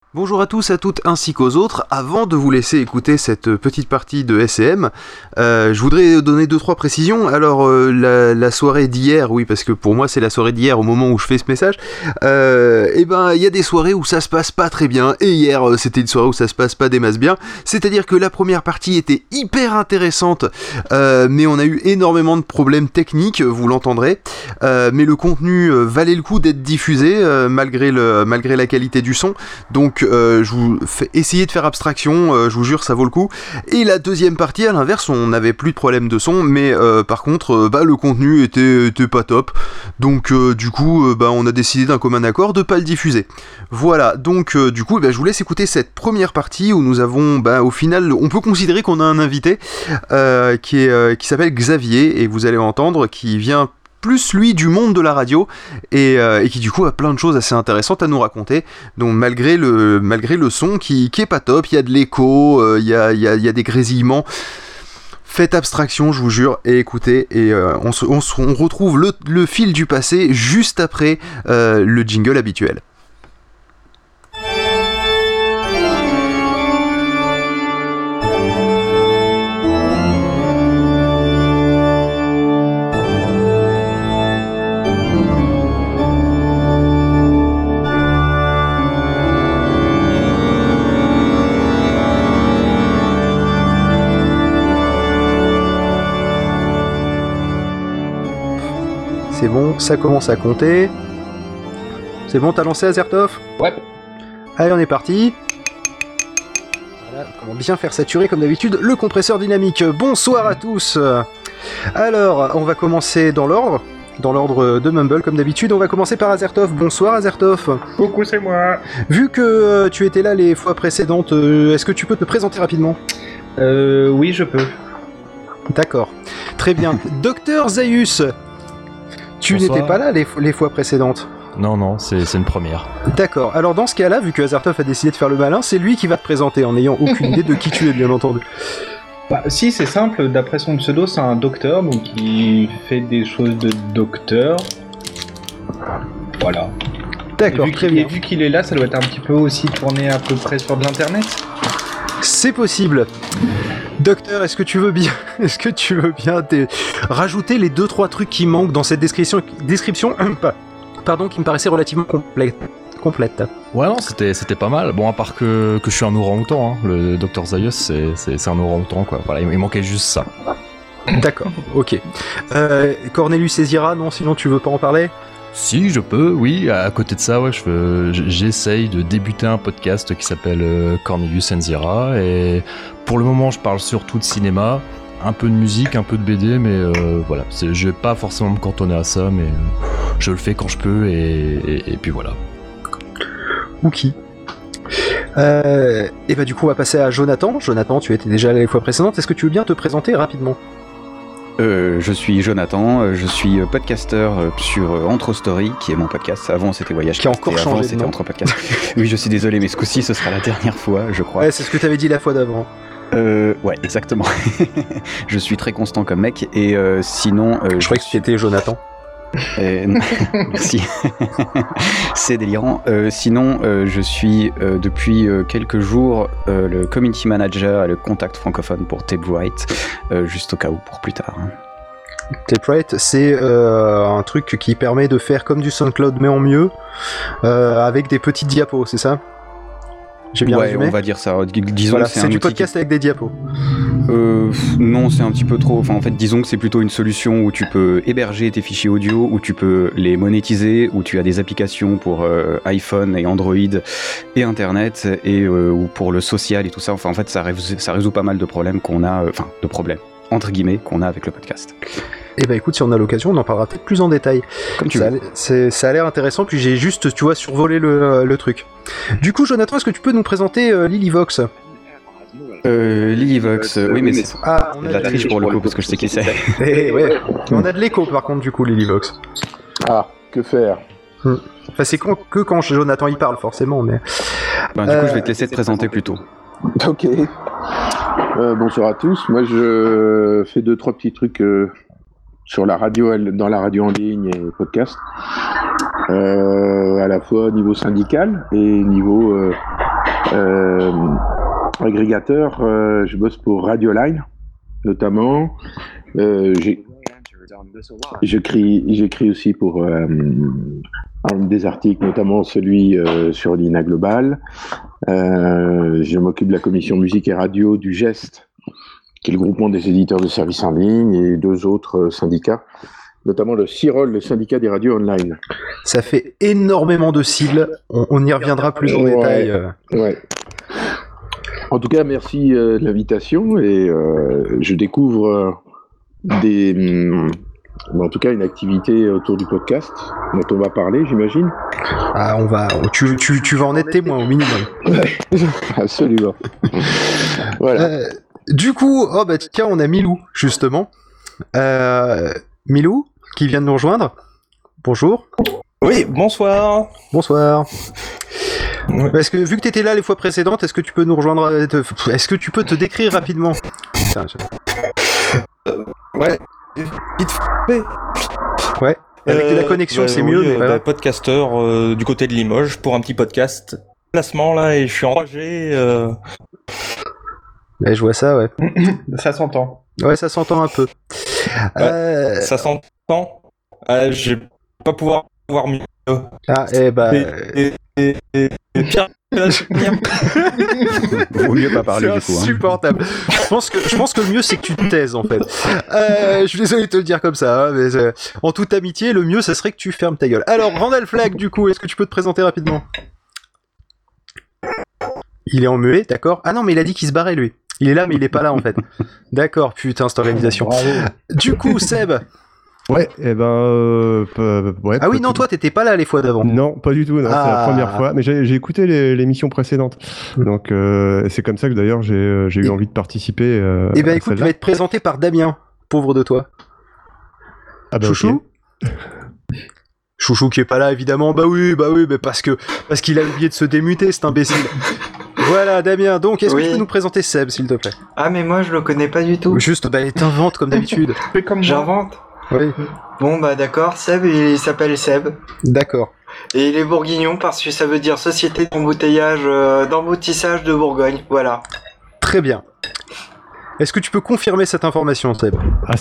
Bonjour à tous, à toutes ainsi qu'aux autres. Avant de vous laisser écouter cette petite partie de SCM, je voudrais donner 2-3 précisions. Alors la soirée d'hier, oui, parce que pour moi c'est la soirée d'hier au moment où je fais ce message, et ben il y a des soirées où ça se passe pas très bien, et hier c'était une soirée où ça se passe pas des masses bien. C'est-à-dire que la première partie était hyper intéressante, mais on a eu énormément de problèmes techniques, vous l'entendrez, mais le contenu valait le coup d'être diffusé malgré la qualité du son. Donc je vous fais essayer de faire abstraction, je vous jure ça vaut le coup. Et la deuxième partie à l'inverse, on n'avait plus de problème de son, mais par contre le contenu était pas top. Donc du coup on a décidé d'un commun accord de pas le diffuser. Voilà, donc du coup je vous laisse écouter cette première partie où nous avons au final on peut considérer qu'on a un invité qui s'appelle Xavier, et vous allez entendre qui vient plus lui du monde de la radio et qui du coup a plein de choses assez intéressantes à nous raconter. Donc malgré le son qui est pas top, il y a de l'écho, il y a des grésillements. Faites abstraction, je vous jure, et écoutez, et on retrouve le fil du passé juste après le jingle habituel. C'est bon, ça commence à compter. C'est bon, t'as lancé Azertov ? Ouais. Allez, on est parti. Voilà, comment bien faire saturer comme d'habitude le compresseur dynamique. Bonsoir à tous. Alors, on va commencer dans l'ordre de Mumble comme d'habitude. On va commencer par Azertov. Bonsoir Azertov. Coucou, c'est moi. Vu que tu étais là les fois précédentes, est-ce que tu peux te présenter rapidement ? Oui, je peux. D'accord. Très bien. Docteur Zaius. Tu Bonsoir. n'étais pas là les fois précédentes ? Non, c'est une première. D'accord, alors dans ce cas-là, vu que Azertov a décidé de faire le malin, c'est lui qui va te présenter, en n'ayant aucune idée de qui tu es, bien entendu. Bah, si, c'est simple, d'après son pseudo, c'est un docteur, donc il fait des choses de docteur. Voilà. D'accord, très bien. Et vu qu'il est là, ça doit être un petit peu aussi tourné à peu près sur de l'internet. C'est possible. Docteur, est-ce que tu veux bien rajouter les 2-3 trucs qui manquent dans cette description qui me paraissait relativement complète. Ouais, non, c'était pas mal. Bon, à part que je suis un orang-outan, hein. Le Dr Zaius, c'est un orang-outan, quoi. Voilà, il manquait juste ça. D'accord, ok. Cornelius Ezira, non, sinon tu veux pas en parler ? Si, je peux, oui. À côté de ça, ouais, j'essaye de débuter un podcast qui s'appelle Cornelius Enzira, et pour le moment, je parle surtout de cinéma, un peu de musique, un peu de BD, mais voilà. Je vais pas forcément me cantonner à ça, mais je le fais quand je peux, et puis voilà. Ok. Et bah du coup, on va passer à Jonathan. Jonathan, tu étais déjà là les fois précédentes. Est-ce que tu veux bien te présenter rapidement ? Je suis Jonathan, je suis podcasteur sur Entre Story, qui est mon podcast. Avant c'était Voyage, qui a encore changé. Avant c'était Entre Podcast. Oui, je suis désolé, mais ce coup-ci ce sera la dernière fois, je crois. Ouais, c'est ce que t'avais dit la fois d'avant. Ouais, exactement. Je suis très constant comme mec, et sinon. Je croyais que tu étais Jonathan. Merci. C'est délirant. Sinon, je suis depuis quelques jours le community manager et le contact francophone pour Tapebright, juste au cas où pour plus tard. Tapebright, c'est un truc qui permet de faire comme du SoundCloud mais en mieux, avec des petites diapos, c'est ça ? J'ai bien résumé ? On va dire ça. Disons voilà, que c'est du podcast avec des diapos. Non, c'est un petit peu trop. Enfin, en fait, disons que c'est plutôt une solution où tu peux héberger tes fichiers audio, où tu peux les monétiser, où tu as des applications pour iPhone et Android et Internet, et ou pour le social et tout ça. Enfin, en fait, ça résout pas mal de problèmes qu'on a. Enfin, de problèmes entre guillemets qu'on a avec le podcast. Eh ben écoute, si on a l'occasion, on en parlera peut-être plus en détail. Comme tu veux. Ça a l'air intéressant, puis j'ai juste, tu vois, survolé le truc. Du coup, Jonathan, est-ce que tu peux nous présenter Lilyvox ? Lilyvox, oui, mais c'est on de la triche pour le coup, parce que je sais qui c'est. Ouais. On a de l'écho, par contre, du coup, Lilyvox. Ah, que faire ? Enfin, c'est que quand Jonathan y parle, forcément, mais... Du coup, je vais te laisser te présenter plutôt. Ok. Bonsoir à tous. Moi, je fais 2-3 petits trucs sur la radio, dans la radio en ligne et podcast, à la fois au niveau syndical et niveau agrégateur, je bosse pour Radioline, notamment. J'écris aussi pour des articles, notamment celui sur l'INA Global. Je m'occupe de la commission musique et radio du GEST, qui est le groupement des éditeurs de services en ligne, et 2 autres syndicats, notamment le CIROL, le syndicat des radios online. Ça fait énormément de sigles, on y reviendra plus en détail. Ouais. En tout cas, merci de l'invitation, et je découvre en tout cas une activité autour du podcast dont on va parler, j'imagine. Ah, tu vas en être témoin au minimum. Absolument. Voilà. Du coup, tiens, on a Milou, justement. Milou, qui vient de nous rejoindre. Bonjour. Oui, bonsoir. Bonsoir. Est-ce que, vu que tu étais là les fois précédentes, est-ce que tu peux nous rejoindre est-ce que tu peux te décrire rapidement? Ouais. Vite fait. Ouais. Avec de la connexion, c'est mieux. Mais voilà. Podcasteur du côté de Limoges pour un petit podcast placement là, et je suis engagé. Ouais, je vois ça, ouais. Ça s'entend. Ouais, ça s'entend un peu. Ça s'entend. Je vais pas pouvoir voir mieux. Ah, Pierre, Vaut mieux pas parler du coup. C'est insupportable. Je pense que le mieux, c'est que tu te taises, en fait. Je suis désolé de te le dire comme ça, hein, mais en toute amitié, le mieux, ça serait que tu fermes ta gueule. Alors, Randall Flagg, du coup, est-ce que tu peux te présenter rapidement? Il est en muet, d'accord. Ah non, mais il a dit qu'il se barrait, lui. Il est là, mais il est pas là, en fait. D'accord, putain, cette organisation. Du coup, Seb. Ouais, ouais. Ah oui, non, toi, t'étais pas là les fois d'avant. Non, pas du tout, non, c'est la première fois. Mais j'ai écouté l'émission précédente. Donc, c'est comme ça que d'ailleurs j'ai eu envie de participer. Eh ben, écoute, tu vas être présenté par Damien, pauvre de toi. Ah bah, Chouchou. Okay. Chouchou qui est pas là, évidemment. Bah oui, mais parce qu'il a oublié de se démuter, cet imbécile. Voilà, Damien. Donc, est-ce que tu peux nous présenter Seb, s'il te plaît? Ah, mais moi, je le connais pas du tout. Juste, t'inventes comme d'habitude. Fais comme J'invente. Oui. Bon, bah d'accord, Seb, il s'appelle Seb. D'accord. Et il est bourguignon parce que ça veut dire Société d'emboutissage de Bourgogne, voilà. Très bien. Est-ce que tu peux confirmer cette information, Seb? À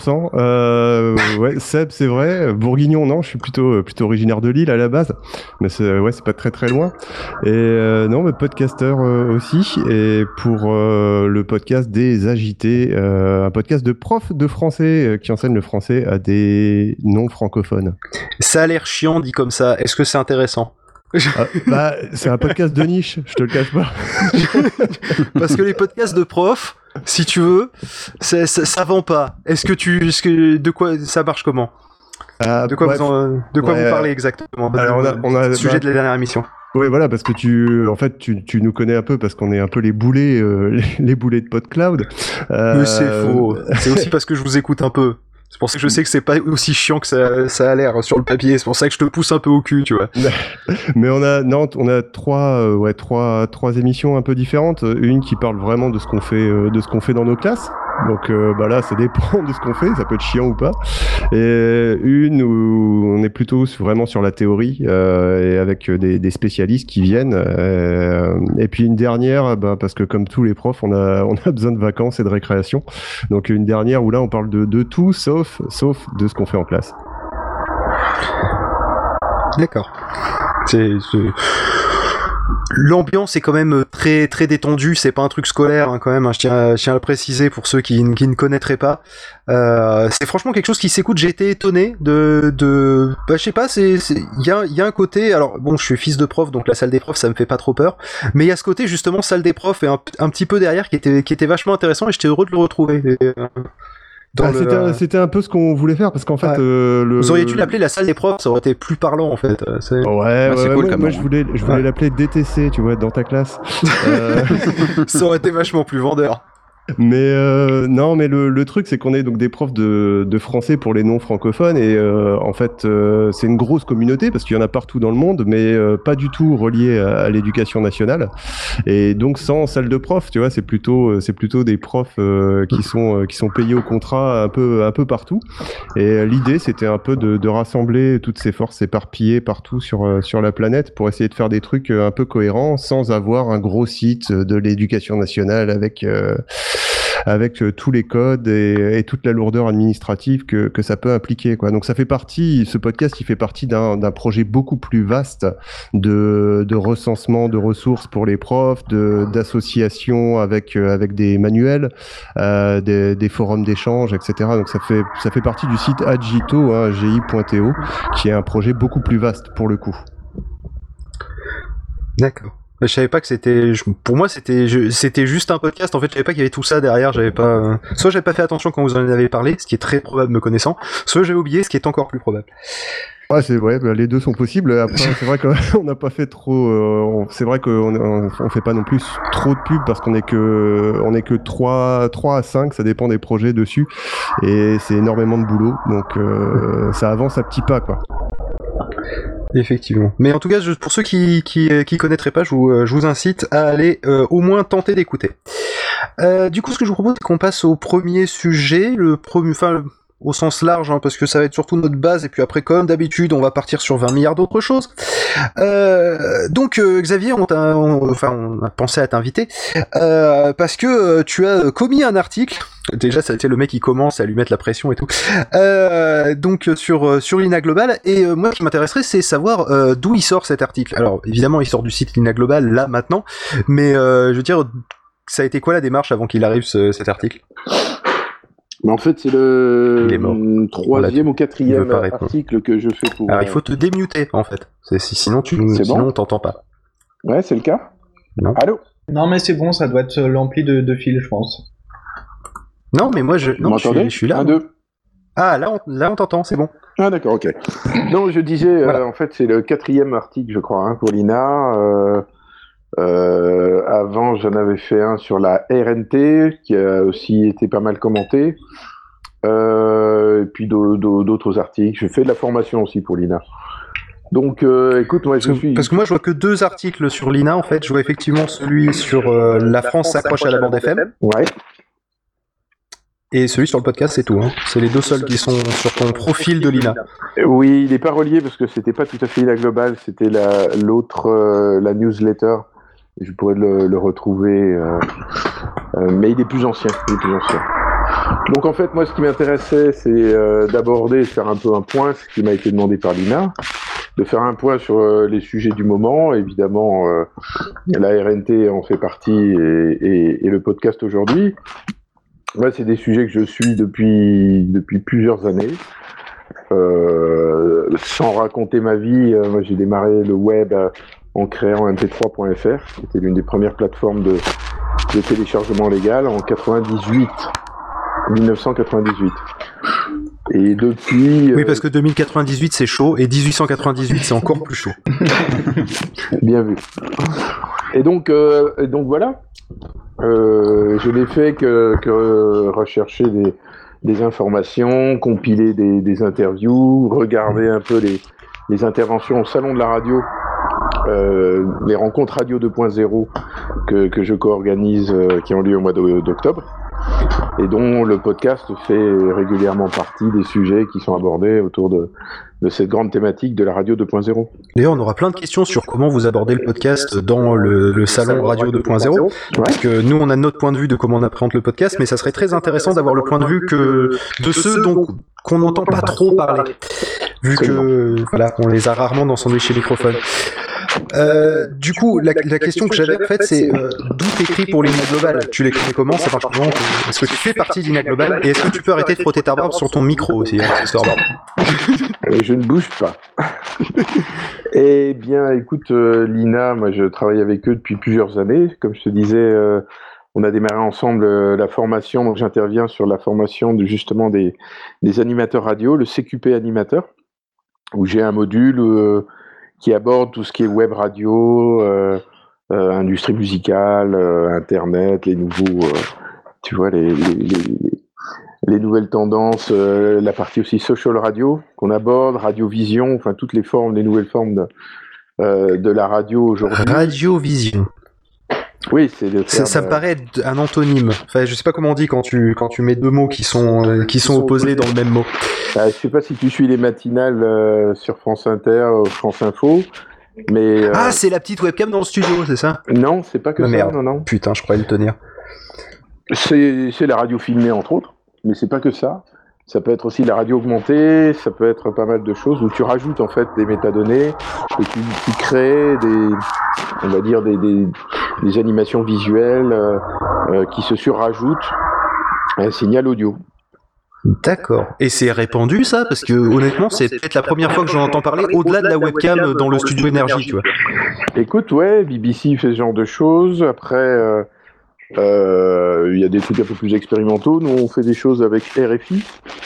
50%. Ouais, Seb, c'est vrai. Bourguignon, non, je suis plutôt originaire de Lille à la base. Mais c'est pas très très loin. Et non, mais podcasteur aussi. Et pour le podcast des Agités, un podcast de profs de français qui enseignent le français à des non-francophones. Ça a l'air chiant dit comme ça. Est-ce que c'est intéressant? C'est un podcast de niche, je te le cache pas. Parce que les podcasts de profs, si tu veux, ça vend pas. De quoi ça marche comment? De quoi vous parlez exactement? Alors on a le sujet de la dernière émission. Oui, voilà, parce que tu nous connais un peu parce qu'on est un peu les boulets, les boulets de PodCloud. Mais c'est faux. C'est aussi parce que je vous écoute un peu. C'est pour ça que je sais que c'est pas aussi chiant que ça a l'air sur le papier. C'est pour ça que je te pousse un peu au cul, tu vois. Mais on a trois émissions un peu différentes. Une qui parle vraiment de ce qu'on fait dans nos classes. Donc là, ça dépend de ce qu'on fait. Ça peut être chiant ou pas. Et une où on est plutôt vraiment sur la théorie et avec des spécialistes qui viennent. Et puis une dernière, parce que comme tous les profs, on a besoin de vacances et de récréation. Donc une dernière où là, on parle de tout sauf de ce qu'on fait en classe. D'accord. L'ambiance est quand même très très détendue, c'est pas un truc scolaire hein, quand même, hein, je tiens à le préciser pour ceux qui ne connaîtraient pas. C'est franchement quelque chose qui s'écoute, j'ai été étonné de je sais pas, il y a un côté, alors bon, je suis fils de prof donc la salle des profs ça me fait pas trop peur, mais il y a ce côté justement salle des profs et un petit peu derrière qui était vachement intéressant et j'étais heureux de le retrouver. C'était un peu ce qu'on voulait faire parce qu'en fait vous auriez dû l'appeler la salle des profs, ça aurait été plus parlant en fait. C'est cool, moi je voulais l'appeler DTC, tu vois, dans ta classe. Ça aurait été vachement plus vendeur. Mais non, mais le truc, c'est qu'on est donc des profs de français pour les non-francophones et en fait, c'est une grosse communauté parce qu'il y en a partout dans le monde, mais pas du tout reliée à l'éducation nationale. Et donc sans salle de prof, tu vois, c'est plutôt des profs qui sont payés au contrat un peu partout. Et l'idée, c'était un peu de rassembler toutes ces forces éparpillées partout sur la planète pour essayer de faire des trucs un peu cohérents sans avoir un gros site de l'éducation nationale avec tous les codes et toute la lourdeur administrative que ça peut impliquer, quoi. Donc ce podcast, il fait partie d'un projet beaucoup plus vaste de recensement de ressources pour les profs, d'associations avec des manuels, des forums d'échange, etc. Donc ça fait partie du site Agito, hein, gi.to, qui est un projet beaucoup plus vaste pour le coup. D'accord. Je savais pas que c'était. Pour moi, c'était juste un podcast. En fait, je savais pas qu'il y avait tout ça derrière. Soit j'avais pas fait attention quand vous en avez parlé, ce qui est très probable me connaissant. Soit j'avais oublié, ce qui est encore plus probable. Ouais, c'est vrai. Les deux sont possibles. Après, c'est vrai qu'on n'a pas fait trop. C'est vrai qu'on fait pas non plus trop de pubs parce qu'on est que 3 à 5. Ça dépend des projets dessus, et c'est énormément de boulot. Donc ça avance à petits pas, quoi. Effectivement. Mais en tout cas, pour ceux qui connaîtraient pas, je vous incite à aller au moins tenter d'écouter. Du coup, ce que je vous propose, c'est qu'on passe au premier sujet, au sens large, hein, parce que ça va être surtout notre base, et puis après, comme d'habitude, on va partir sur 20 milliards d'autres choses. Donc, Xavier, on a pensé à t'inviter, parce que tu as commis un article. Déjà, ça a été le mec qui commence à lui mettre la pression et tout. Donc sur l'INA Global, et moi, ce qui m'intéresserait, c'est savoir d'où il sort cet article. Alors, évidemment, il sort du site l'INA Global là maintenant, mais je veux dire, ça a été quoi la démarche avant qu'il arrive cet article? Mais en fait, c'est le 3e ou 4e article que je fais pour. Alors, il faut te démuter en fait. Sinon, on t'entend pas. Ouais, c'est le cas. Non. Allô. Non, mais c'est bon, ça doit être l'ampli de fil, je pense. Non, mais moi, je suis là. 1, 2. Ah, là, on t'entend, c'est bon. Ah, d'accord, ok. Non, je disais, voilà. En fait, c'est le 4e article, je crois, hein, pour l'INA. Avant, j'en avais fait un sur la RNT, qui a aussi été pas mal commenté. Et puis d'autres articles. Je fais de la formation aussi pour l'INA. Donc, écoute, moi, Parce que moi, je vois que 2 articles sur l'INA, en fait. Je vois effectivement celui sur la France s'accroche à la bande FM. Ouais. Et celui sur le podcast, c'est tout. Hein. C'est les 2 seuls qui sont sur ton profil de l'INA. Oui, il n'est pas relié parce que c'était pas tout à fait l'INA Global, c'était l'autre, la newsletter. Je pourrais le retrouver, mais il est plus ancien. Donc en fait, moi, ce qui m'intéressait, c'est d'aborder, de faire un peu un point, ce qui m'a été demandé par l'INA, de faire un point sur les sujets du moment. Évidemment, la RNT en fait partie et le podcast aujourd'hui. Moi, c'est des sujets que je suis depuis plusieurs années. Sans raconter ma vie, moi j'ai démarré le web en créant mp3.fr, qui était l'une des premières plateformes de téléchargement légal en 1998. Et depuis... Oui, parce que 2098 c'est chaud, et 1898 c'est encore plus chaud. Bien vu. Et donc voilà. Je n'ai fait que rechercher des informations, compiler des interviews, regarder un peu les interventions au Salon de la Radio, les rencontres Radio 2.0 que je co-organise, qui ont lieu au mois d'octobre, et dont le podcast fait régulièrement partie des sujets qui sont abordés autour de cette grande thématique de la radio 2.0. D'ailleurs, on aura plein de questions sur comment vous abordez le podcast dans le salon radio 2.0, parce que nous, on a notre point de vue de comment on appréhende le podcast, mais ça serait très intéressant d'avoir le point de vue de ceux qu'on n'entend pas trop parler, vu que voilà, on les a rarement dans son chez microphone. Du coup, la question que j'avais en fait, c'est d'où t'écris pour l'INA Global? Tu l'écris comment? Ça marche comment? Est-ce que tu fais partie d'INA Global? Et est-ce que tu peux arrêter de frotter ta barbe sur ton micro aussi, accessoirement? Je ne bouge pas. Eh bien, écoute, l'INA, moi je travaille avec eux depuis plusieurs années. Comme je te disais, on a démarré ensemble la formation, donc j'interviens sur la formation justement des animateurs radio, le CQP animateur, où j'ai un module qui aborde tout ce qui est web radio, industrie musicale, internet, les tu vois, les nouvelles tendances, la partie aussi social radio qu'on aborde, radiovision, enfin toutes les formes, les nouvelles formes de la radio aujourd'hui. Radiovision. Oui, c'est le terme, Ça me paraît un antonyme. Enfin, je sais pas comment on dit quand tu mets deux mots qui sont opposés dans le même mot. Je sais pas si tu suis les matinales sur France Inter, France Info, mais... Ah, c'est la petite webcam dans le studio, c'est ça? Non, c'est pas que ça, merde. non. Putain, je croyais le tenir. C'est la radio filmée, entre autres, mais c'est pas que ça. Ça peut être aussi la radio augmentée, ça peut être pas mal de choses où tu rajoutes en fait des métadonnées et tu crées on va dire des animations visuelles qui se surrajoutent à un signal audio. D'accord. Et c'est répandu ça? Parce que honnêtement, c'est peut-être la première fois que j'en entends parler au-delà de la webcam dans le studio énergie, tu vois. Écoute, ouais, BBC fait ce genre de choses. Après, il y a des trucs un peu plus expérimentaux. Nous, on fait des choses avec RFI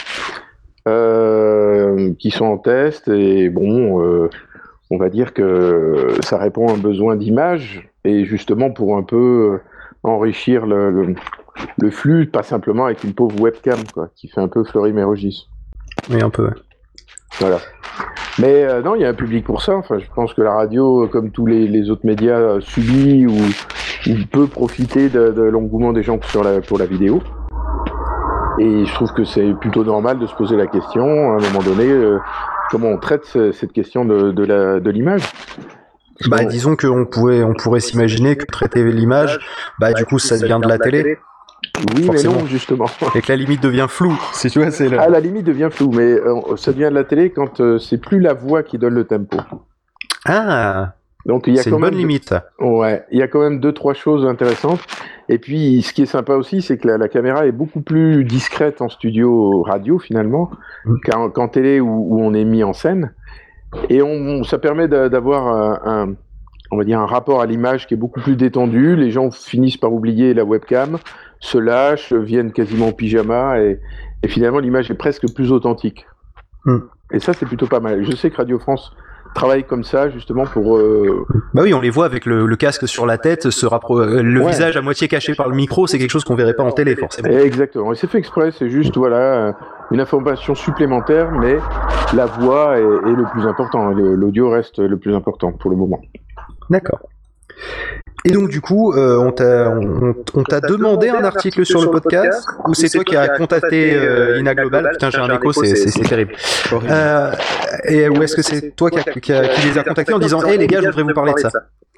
qui sont en test. Et bon, on va dire que ça répond à un besoin d'image. Et justement, pour un peu enrichir le flux, pas simplement avec une pauvre webcam, quoi, qui fait un peu Fleury-Mérogis. Oui, un peu, ouais. Voilà. Mais non, il y a un public pour ça. Enfin, je pense que la radio, comme tous les autres médias, subit ou peut profiter de l'engouement des gens pour la vidéo. Et je trouve que c'est plutôt normal de se poser la question, à un moment donné, comment on traite cette question de l'image. Bah, disons qu'on pourrait s'imaginer que traiter l'image, bah, du coup, ça devient de la télé. Oui, forcément. mais non, justement. Et que la limite devient floue, si tu vois, c'est là. Ah, la limite devient floue, mais ça devient de la télé quand c'est plus la voix qui donne le tempo. Ah, donc il y a c'est quand une même bonne limite. Ouais, il y a quand même 2-3 choses intéressantes. Et puis, ce qui est sympa aussi, c'est que la caméra est beaucoup plus discrète en studio radio, finalement, qu'en télé où on est mis en scène. Et ça permet d'avoir on va dire un rapport à l'image qui est beaucoup plus détendu. Les gens finissent par oublier la webcam, se lâchent, viennent quasiment en pyjama et finalement l'image est presque plus authentique. Et ça, c'est plutôt pas mal. Je sais que Radio France travaille comme ça justement pour... Bah oui, on les voit avec le casque sur la tête, le visage à moitié caché par le micro, c'est quelque chose qu'on verrait pas en télé forcément. Exactement, et c'est fait exprès, c'est juste voilà une information supplémentaire, mais la voix est le plus important, l'audio reste le plus important pour le moment. D'accord. Et donc du coup, on t'a demandé un article sur le podcast, ou c'est toi qui as contacté Ina Global? Putain, j'ai un écho, c'est terrible. Et ou est-ce que c'est toi qui les as contactés en disant hey les gars, je voudrais vous parler de ça?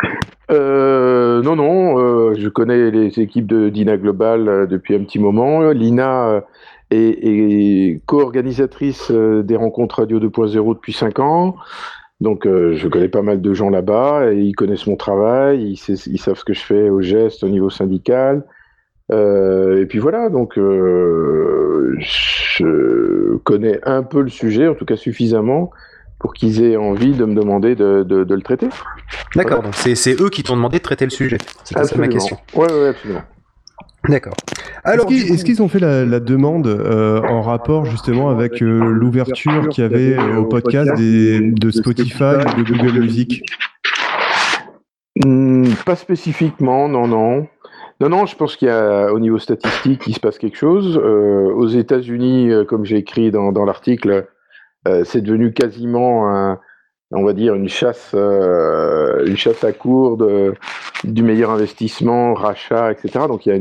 Non, je connais les équipes d'Ina Global depuis un petit moment. Lina est co-organisatrice des rencontres Radio 2.0 depuis 5 ans. Donc je connais pas mal de gens là-bas et ils connaissent mon travail, ils savent ce que je fais au geste au niveau syndical. Et puis voilà, donc je connais un peu le sujet, en tout cas suffisamment, pour qu'ils aient envie de me demander de le traiter. D'accord, donc c'est eux qui t'ont demandé de traiter le sujet. C'est ça ma question. Ouais, absolument. D'accord. Alors, est-ce qu'ils ont fait la demande en rapport justement avec l'ouverture qu'il y avait au podcast de Spotify ou de Google Music? Pas spécifiquement, non. Non, je pense qu'il y a, au niveau statistique, il se passe quelque chose. Aux États-Unis, comme j'ai écrit dans l'article, c'est devenu quasiment on va dire une chasse à court du meilleur investissement, rachat, etc. Donc il y a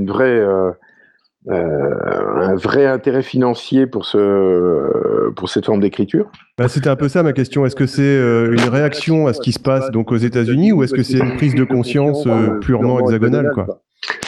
un vrai intérêt financier pour cette forme d'écriture. Bah, c'était un peu ça ma question. Est-ce que c'est une réaction à ce qui se passe donc aux États-Unis ou est-ce que c'est une prise de conscience purement hexagonale, quoi?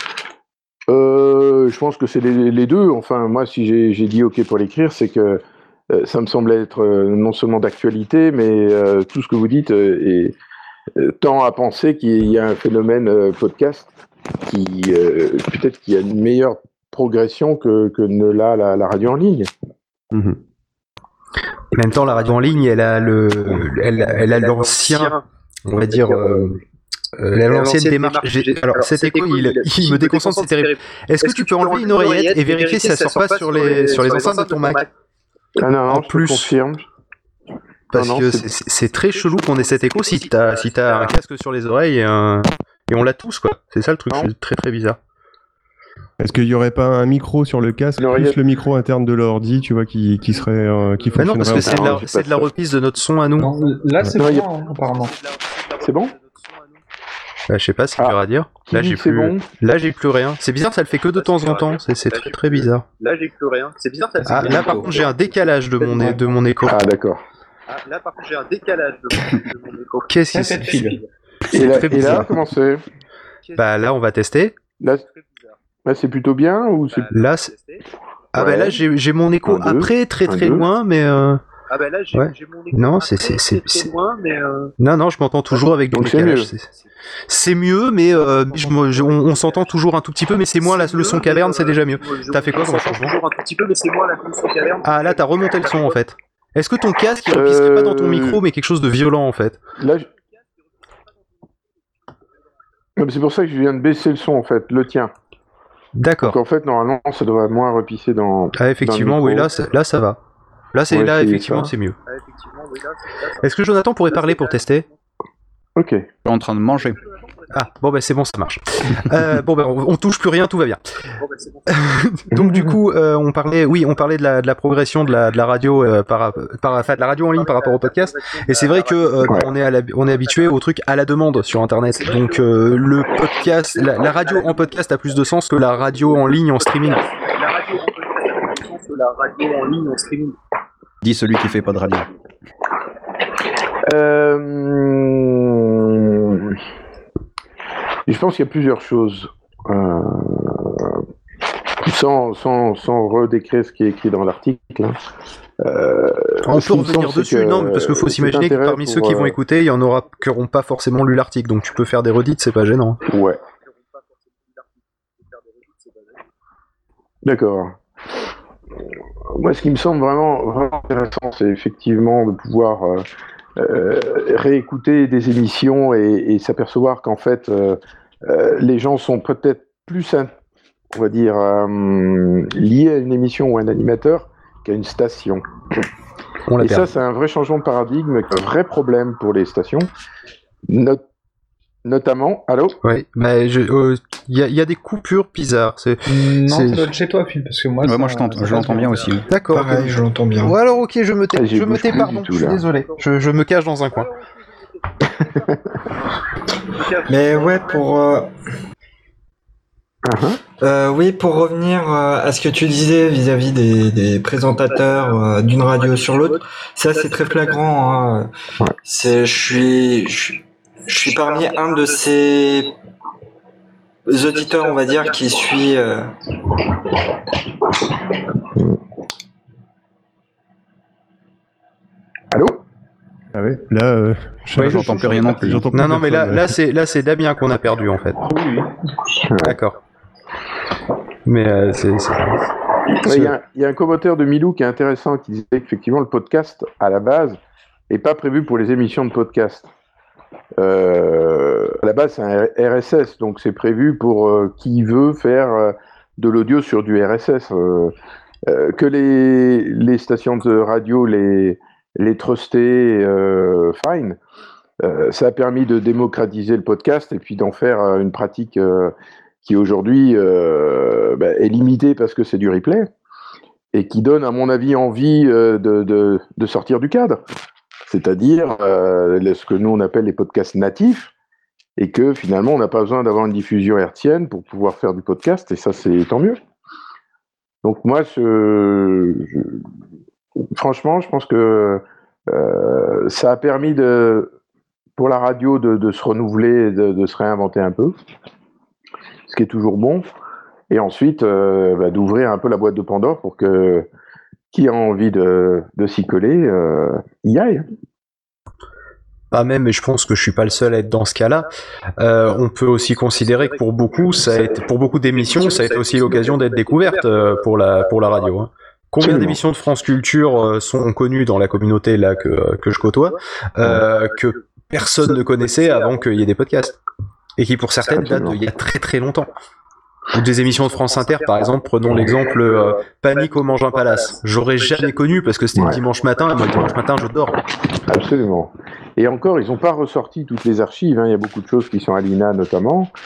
Je pense que c'est les deux. Enfin, moi, si j'ai dit OK pour l'écrire, c'est que ça me semble être non seulement d'actualité, mais tout ce que vous dites tend à penser qu'il y a un phénomène podcast qui peut-être qu'il y a une meilleure progression que ne l'a la radio en ligne. En même temps, la radio en ligne, elle a l'ancien, on va dire, l'ancienne démarche. Alors, cet écho, il me déconcentre, c'est terrible. Est-ce que tu peux enlever une oreillette et vérifier si ça sort pas sur les enceintes de ton Mac? Ah non, je confirme. Parce que c'est très chelou qu'on ait cet écho si t'as un casque sur les oreilles et on l'a tous, quoi. C'est ça le truc, c'est très très bizarre. Est-ce qu'il n'y aurait pas un micro sur le casque plus le micro interne de l'ordi, tu vois, qui serait qui fonctionnerait? Non, parce que c'est de la reprise de notre son à nous. Non, là, c'est bon, apparemment. C'est bon? Je sais pas, c'est dur à dire. Là, j'ai plus. Bon. Là, j'ai plus rien. C'est bizarre, ça le fait que de temps en temps. C'est très très bizarre. Là, j'ai plus rien. C'est bizarre, ça le fait. Ah, là, par contre, j'ai un décalage de mon écho. Ah, d'accord. Là, par contre, j'ai un décalage de mon écho. Qu'est-ce que c'est? Et là, comment c'est? Bah là, on va tester. Là, c'est plutôt bien ou c'est... Là, ah bah là, j'ai mon écho après très très loin, mais. Ah bah là, j'ai mon écho. Non, c'est loin, mais. Non, je m'entends toujours avec du décalage. C'est mieux, mais on s'entend toujours un tout petit peu, mais c'est moins le son caverne, c'est déjà mieux. T'as fait quoi comme changement? Toujours un tout petit peu, mais c'est moins le son caverne. Ah là, t'as remonté le son en fait. Est-ce que ton casque il repisserait pas dans ton micro, mais quelque chose de violent en fait? Là, c'est pour ça que je viens de baisser le son en fait, le tien. D'accord. Donc en fait, normalement, ça devrait moins repisser dans. Ah effectivement, oui, là ça va. Là effectivement c'est mieux. Est-ce que Jonathan pourrait parler pour tester? Je Ok. suis en train de manger. Ah bon c'est bon, ça marche. On touche plus rien, tout va bien. Donc du coup on parlait de la progression de la radio de la radio en ligne par rapport au podcast, et c'est vrai que on est habitué au truc à la demande sur internet. Donc le podcast, la radio en podcast a plus de sens que la radio en ligne en streaming. Dit celui qui fait pas de radio. Je pense qu'il y a plusieurs choses. Sans redécrire ce qui est écrit dans l'article. Hein. On peut revenir dessus, non, parce qu'il faut s'imaginer que parmi ceux qui vont écouter, il y en aura qui n'auront pas forcément lu l'article, donc tu peux faire des redites, c'est pas gênant. Ouais. D'accord. Moi, ce qui me semble vraiment intéressant, c'est effectivement de pouvoir réécouter des émissions et s'apercevoir qu'en fait, les gens sont peut-être plus, on va dire, liés à une émission ou à un animateur qu'à une station. Et ça, c'est un vrai changement de paradigme, un vrai problème pour les stations. Notamment, allô? Oui, il y a des coupures bizarres. Non, ça doit être chez toi, Phil, parce que moi, moi je l'entends bien aussi. D'accord. Pareil, je l'entends bien. Ou alors, ok, je me tais, pardon, tout, je suis désolé. Je me cache dans un coin. Mais ouais, oui, pour revenir à ce que tu disais vis-à-vis des présentateurs d'une radio sur l'autre, ça c'est très flagrant. Hein. Je suis parmi un de ces auditeurs, on va dire, qui suit. Allô? Ah oui, là, j'entends plus rien non plus. Non, mais là c'est Damien qu'on a perdu en fait. Oui. D'accord. Mais il y a un commentaire de Milou qui est intéressant, qui disait qu'effectivement le podcast à la base n'est pas prévu pour les émissions de podcast. À la base c'est un RSS, donc c'est prévu pour qui veut faire de l'audio sur du RSS. Que les stations de radio les truster, fine. Ça a permis de démocratiser le podcast et puis d'en faire une pratique qui aujourd'hui est limitée parce que c'est du replay et qui donne, à mon avis, envie de sortir du cadre. C'est-à-dire ce que nous on appelle les podcasts natifs, et que finalement on n'a pas besoin d'avoir une diffusion hertzienne pour pouvoir faire du podcast, et ça c'est tant mieux. Donc moi, franchement, je pense que ça a permis pour la radio de se renouveler, de se réinventer un peu, ce qui est toujours bon, et ensuite d'ouvrir un peu la boîte de Pandore pour que qui a envie de s'y coller, y aille. Pas même, et je pense que je suis pas le seul à être dans ce cas-là. On peut aussi considérer que pour beaucoup d'émissions, ça a été aussi l'occasion d'être découverte pour la radio. Hein. Combien d'émissions de France Culture sont connues dans la communauté là que je côtoie, que personne ne connaissait avant qu'il y ait des podcasts, et qui pour certaines datent d'il y a très très longtemps. Ou des émissions de France Inter, par exemple, prenons l'exemple Panique au Mangin Palace. J'aurais jamais connu parce que c'était le dimanche matin, et moi le dimanche matin je dors. Absolument. Et encore, ils n'ont pas ressorti toutes les archives, hein. Il y a beaucoup de choses qui sont à l'INA notamment,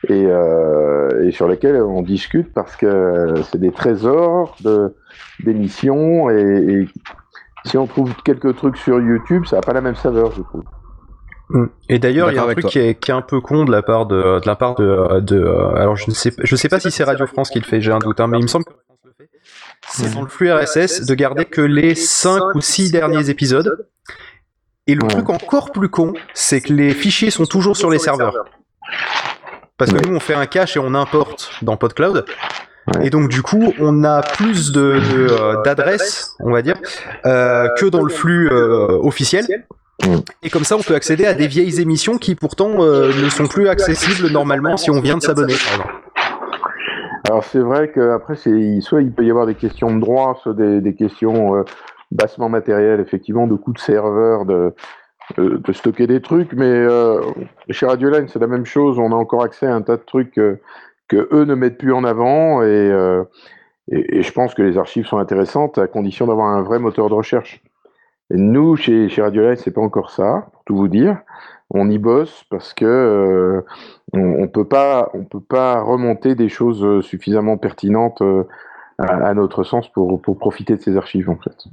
et sur lesquels on discute parce que c'est des trésors d'émissions et si on trouve quelques trucs sur YouTube, ça n'a pas la même saveur, je trouve. Et d'ailleurs, il y a un truc qui est un peu con de la part de alors je sais pas si c'est Radio France qui le fait, j'ai un doute, hein, mais il me semble que France le fait. C'est dans le flux RSS de garder que les 5 ou 6 derniers épisodes. Et le truc encore plus con, c'est que les fichiers sont toujours sur les serveurs. Parce que nous, on fait un cache et on importe dans PodCloud. Et donc du coup, on a plus d'adresses, on va dire, que dans le flux officiel. Et comme ça, on peut accéder à des vieilles émissions qui pourtant ne sont plus accessibles normalement si on vient de s'abonner, par exemple. Alors c'est vrai qu'après, soit il peut y avoir des questions de droit, soit des questions bassement matérielles, effectivement, de coûts de serveur, de stocker des trucs, mais chez Radioline, c'est la même chose, on a encore accès à un tas de trucs que eux ne mettent plus en avant, et je pense que les archives sont intéressantes à condition d'avoir un vrai moteur de recherche. Et nous, chez Radioline, c'est pas encore ça, pour tout vous dire. On y bosse parce que on peut pas remonter des choses suffisamment pertinentes à notre sens pour profiter de ces archives, en fait.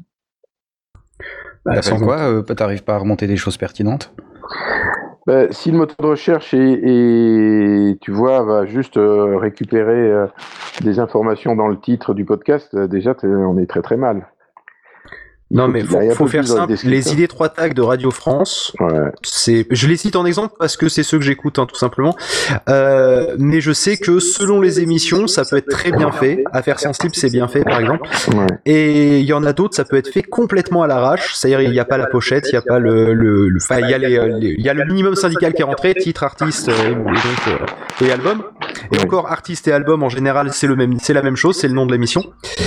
Sans quoi, t'arrives pas à remonter des choses pertinentes? Si le moteur de recherche tu vois, va juste récupérer des informations dans le titre du podcast, déjà on est très très mal. Non mais faut faire simple, les idées 3 tags de Radio France, je les cite en exemple parce que c'est ceux que j'écoute, hein, tout simplement, mais je sais que selon les émissions ça peut être très bien fait, Affaires sensibles c'est bien fait par exemple, et il y en a d'autres ça peut être fait complètement à l'arrache, c'est-à-dire il n'y a pas la pochette, il n'y a pas il y a le minimum syndical qui est rentré, titre, artiste et album, et encore artiste et album en général c'est la même chose, c'est le nom de l'émission.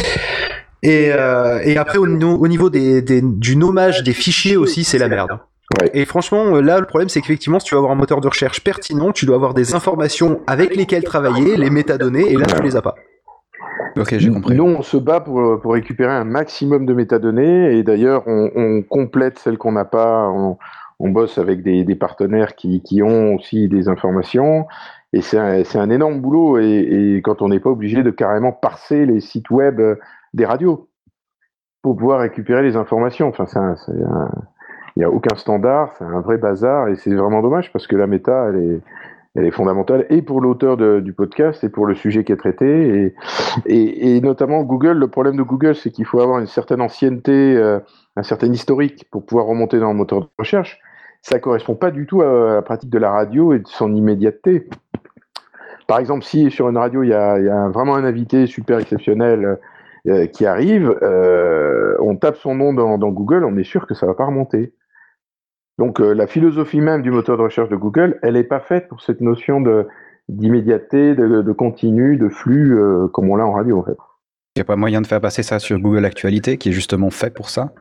Et après au niveau du nommage des fichiers aussi c'est la merde. Et franchement là le problème c'est qu'effectivement si tu veux avoir un moteur de recherche pertinent tu dois avoir des informations avec lesquelles travailler, les métadonnées, et là tu les as pas. Ok, j'ai compris. Nous on se bat pour récupérer un maximum de métadonnées, et d'ailleurs on complète celles qu'on n'a pas, on bosse avec des partenaires qui ont aussi des informations, et c'est un énorme boulot, et quand on n'est pas obligé de carrément parser les sites web des radios pour pouvoir récupérer les informations. Enfin, il n'y a aucun standard, c'est un vrai bazar, et c'est vraiment dommage parce que la méta, elle est fondamentale, et pour l'auteur du podcast, et pour le sujet qui est traité, et notamment Google. Le problème de Google, c'est qu'il faut avoir une certaine ancienneté, un certain historique pour pouvoir remonter dans le moteur de recherche. Ça correspond pas du tout à la pratique de la radio et de son immédiateté. Par exemple, si sur une radio, il y a vraiment un invité super exceptionnel qui arrive, on tape son nom dans Google, on est sûr que ça va pas remonter. Donc la philosophie même du moteur de recherche de Google, elle n'est pas faite pour cette notion d'immédiateté, de continu, de flux, comme on l'a en radio en fait. Il n'y a pas moyen de faire passer ça sur Google Actualité, qui est justement fait pour ça?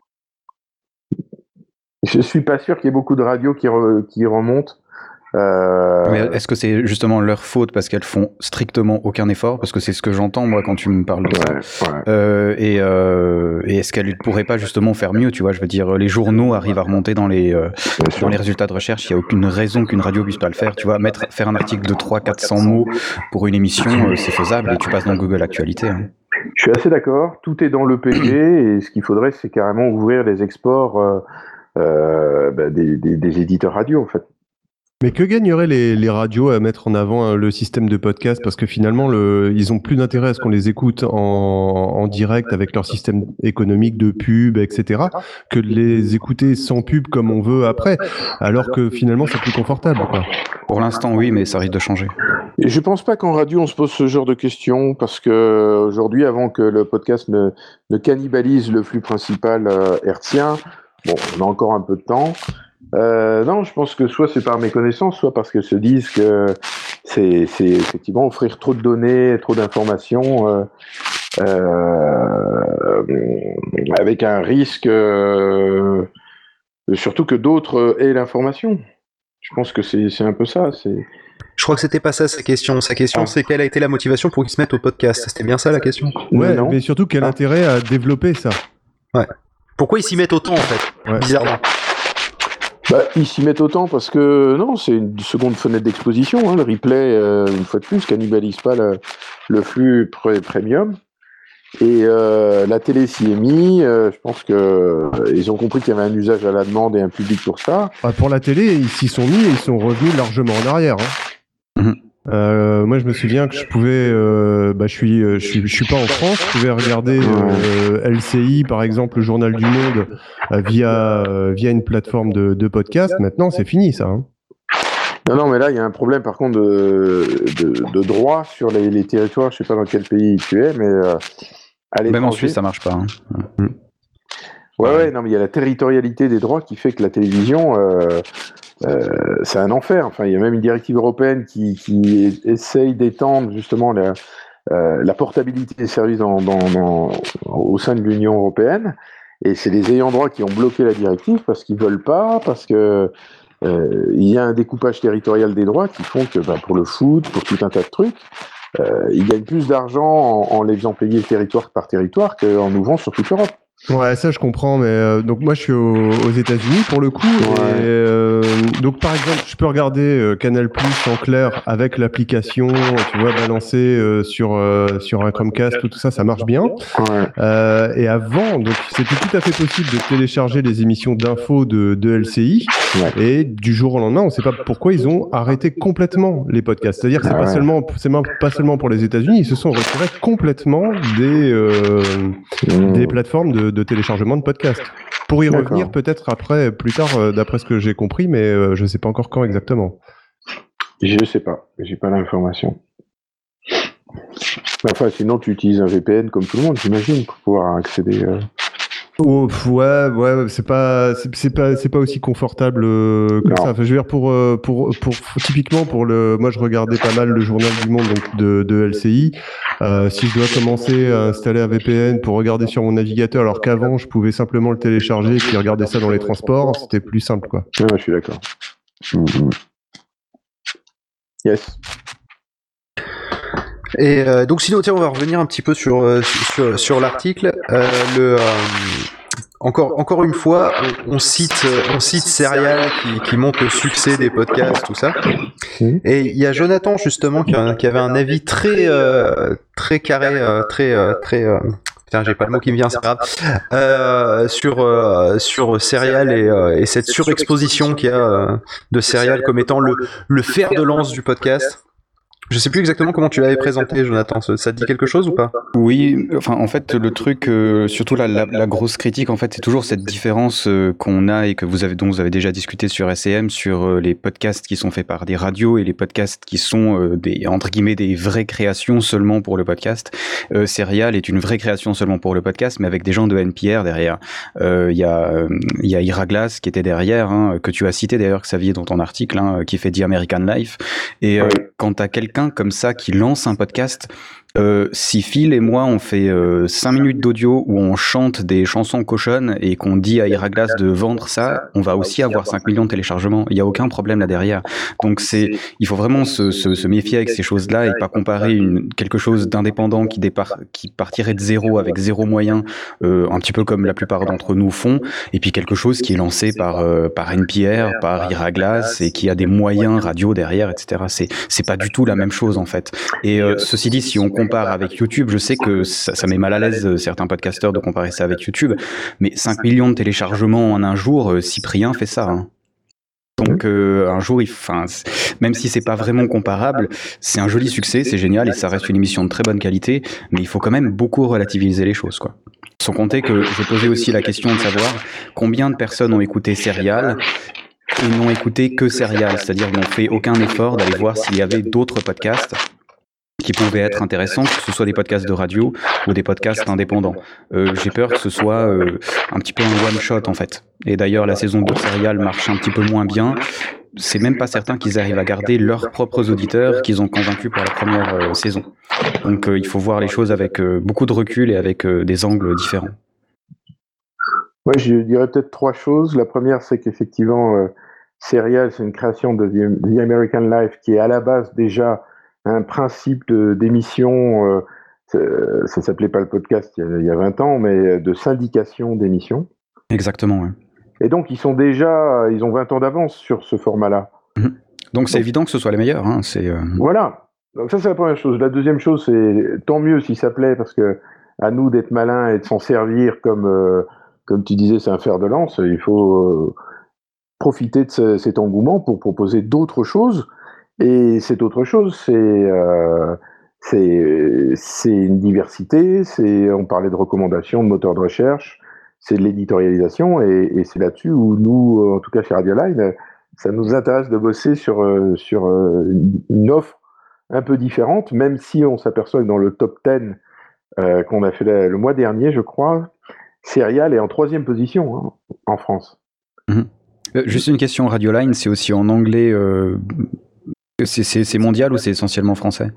Je suis pas sûr qu'il y ait beaucoup de radios qui remontent. Mais est-ce que c'est justement leur faute parce qu'elles font strictement aucun effort? Parce que c'est ce que j'entends moi quand tu me parles de ça. Et est-ce qu'elles ne pourraient pas justement faire mieux? Tu vois, je veux dire, les journaux arrivent à remonter dans les résultats de recherche. Il n'y a aucune raison qu'une radio puisse pas le faire. Tu vois, faire un article de 300-400 mots pour une émission, c'est faisable, et tu passes dans Google Actualité. Hein. Je suis assez d'accord. Tout est dans l'EPG, et ce qu'il faudrait, c'est carrément ouvrir les exports des éditeurs radio en fait. Mais que gagneraient les radios à mettre en avant le système de podcast? Parce que finalement, ils ont plus d'intérêt à ce qu'on les écoute en direct avec leur système économique de pub, etc., que de les écouter sans pub comme on veut après, alors que finalement, c'est plus confortable, quoi. Pour l'instant, oui, mais ça risque de changer. Et je pense pas qu'en radio, on se pose ce genre de questions, parce que aujourd'hui, avant que le podcast ne cannibalise le flux principal hertzien, bon, on a encore un peu de temps. Non, je pense que soit c'est par méconnaissance, soit parce qu'ils se disent que c'est effectivement offrir trop de données, trop d'informations, avec un risque, surtout que d'autres aient l'information. Je pense que c'est un peu ça. Je crois que c'était pas ça sa question. Sa question, c'est quelle a été la motivation pour qu'ils se mettent au podcast. C'était bien ça la question? Ouais, non. Mais surtout quel intérêt à développer ça? Ouais. Pourquoi ils s'y mettent autant en fait? Ouais. Bizarrement. Ils s'y mettent autant parce que non, c'est une seconde fenêtre d'exposition. Le replay, une fois de plus, cannibalise pas le flux premium. Et la télé s'y est mis. Je pense que ils ont compris qu'il y avait un usage à la demande et un public pour ça. Pour la télé, ils s'y sont mis et ils sont revenus largement en arrière. Moi, je me souviens que je pouvais, je suis pas en France, je pouvais regarder LCI, par exemple, le Journal du Monde, via une plateforme de podcast. Maintenant, c'est fini, ça. Non, mais là, il y a un problème, par contre, de droit sur les territoires. Je sais pas dans quel pays tu es, mais même en Suisse, ça marche pas. Ouais, non, mais il y a la territorialité des droits qui fait que la télévision, c'est un enfer. Enfin, il y a même une directive européenne qui essaye d'étendre justement la portabilité des services au sein de l'Union européenne. Et c'est les ayants droit qui ont bloqué la directive parce qu'ils veulent pas, parce que il y a un découpage territorial des droits qui font que pour le foot, pour tout un tas de trucs, ils gagnent plus d'argent en les faisant payer territoire par territoire qu'en ouvrant sur toute l'Europe. Ouais, ça je comprends, mais donc moi je suis aux États-Unis pour le coup. Ouais. Et, donc par exemple, je peux regarder Canal+ en clair avec l'application, tu vois, balancée sur un Chromecast, tout ça, ça marche bien. Ouais. Et avant, donc c'était tout à fait possible de télécharger les émissions d'infos de LCI. Ouais. Et du jour au lendemain, on ne sait pas pourquoi ils ont arrêté complètement les podcasts. C'est-à-dire que c'est pas seulement pour les États-Unis, ils se sont retirés complètement des plateformes de téléchargement de podcasts. Pour y revenir peut-être après, plus tard, d'après ce que j'ai compris, mais je ne sais pas encore quand exactement. Je sais pas, j'ai pas l'information. Enfin, sinon tu utilises un VPN comme tout le monde, j'imagine, pour pouvoir accéder. Ouais, c'est pas aussi confortable comme ça. Enfin, je veux dire pour typiquement moi je regardais pas mal le Journal du Monde donc de LCI. Si je dois commencer à installer un VPN pour regarder sur mon navigateur, alors qu'avant je pouvais simplement le télécharger et puis regarder ça dans les transports, c'était plus simple quoi. Ouais, je suis d'accord. Yes. Et donc sinon, tiens, on va revenir un petit peu sur l'article. Encore une fois, on cite Serial qui montre le succès des podcasts, tout ça. Et il y a Jonathan justement qui avait un avis très carré, putain, j'ai pas le mot qui me vient, c'est grave. Sur Serial et cette surexposition qu'il y a de Serial comme étant le fer de lance du podcast. Je sais plus exactement comment tu l'avais présenté, Jonathan. Ça te dit quelque chose ou pas ? Oui, enfin, en fait, le truc, surtout la grosse critique, en fait, c'est toujours cette différence qu'on a et dont vous avez déjà discuté sur SCM, sur les podcasts qui sont faits par des radios et les podcasts qui sont entre guillemets des vraies créations seulement pour le podcast. Serial est une vraie création seulement pour le podcast, mais avec des gens de NPR derrière. Il y a Ira Glass qui était derrière, que tu as cité d'ailleurs, Xavier, dans ton article, qui fait The American Life. Et quand t'as quelqu'un comme ça qui lance un podcast, si Phil et moi on fait 5 minutes d'audio où on chante des chansons cochonnes et qu'on dit à Ira Glass de vendre ça, on va aussi avoir 5 millions de téléchargements. Il n'y a aucun problème là derrière. Donc il faut vraiment se méfier avec ces choses-là et pas comparer quelque chose d'indépendant qui partirait de zéro avec zéro moyen, un petit peu comme la plupart d'entre nous font, et puis quelque chose qui est lancé par NPR, par Ira Glass et qui a des moyens radio derrière, etc. C'est pas du tout la même chose en fait. Et ceci dit, si on compare avec YouTube, je sais que ça met mal à l'aise certains podcasteurs de comparer ça avec YouTube, mais 5 millions de téléchargements en un jour, Cyprien fait ça. Donc un jour, même si c'est pas vraiment comparable, c'est un joli succès, c'est génial et ça reste une émission de très bonne qualité, mais il faut quand même beaucoup relativiser les choses, quoi. Sans compter que j'ai posé aussi la question de savoir combien de personnes ont écouté Serial et n'ont écouté que Serial, c'est-à-dire n'ont fait aucun effort d'aller voir s'il y avait d'autres podcasts qui pouvaient être intéressants, que ce soit des podcasts de radio ou des podcasts indépendants. J'ai peur que ce soit un petit peu un one-shot en fait. Et d'ailleurs, la saison 2 de Serial marche un petit peu moins bien. C'est même pas certain qu'ils arrivent à garder leurs propres auditeurs qu'ils ont convaincus pour la première saison. Donc il faut voir les choses avec beaucoup de recul et avec des angles différents. Ouais, je dirais peut-être 3 choses. La première, c'est qu'effectivement, Serial, c'est une création de The American Life qui est à la base déjà un principe d'émission, ça s'appelait pas le podcast il y a 20 ans, mais de syndication d'émissions. Exactement, oui. Et donc, ils ont 20 ans d'avance sur ce format-là. Donc, c'est évident que ce soit les meilleurs. Hein. Voilà. Donc, ça, c'est la première chose. La deuxième chose, c'est tant mieux si ça plaît, parce que à nous d'être malins et de s'en servir comme tu disais, c'est un fer de lance. Il faut profiter de cet engouement pour proposer d'autres choses. Et cette autre chose, c'est une diversité. On parlait de recommandations, de moteurs de recherche, c'est de l'éditorialisation, et c'est là-dessus où nous, en tout cas chez Radioline, ça nous intéresse de bosser sur une offre un peu différente, même si on s'aperçoit que dans le top 10 qu'on a fait le mois dernier, je crois, Serial est en 3e position en France. Juste une question, Radioline, c'est aussi en anglais, c'est mondial ou c'est essentiellement français?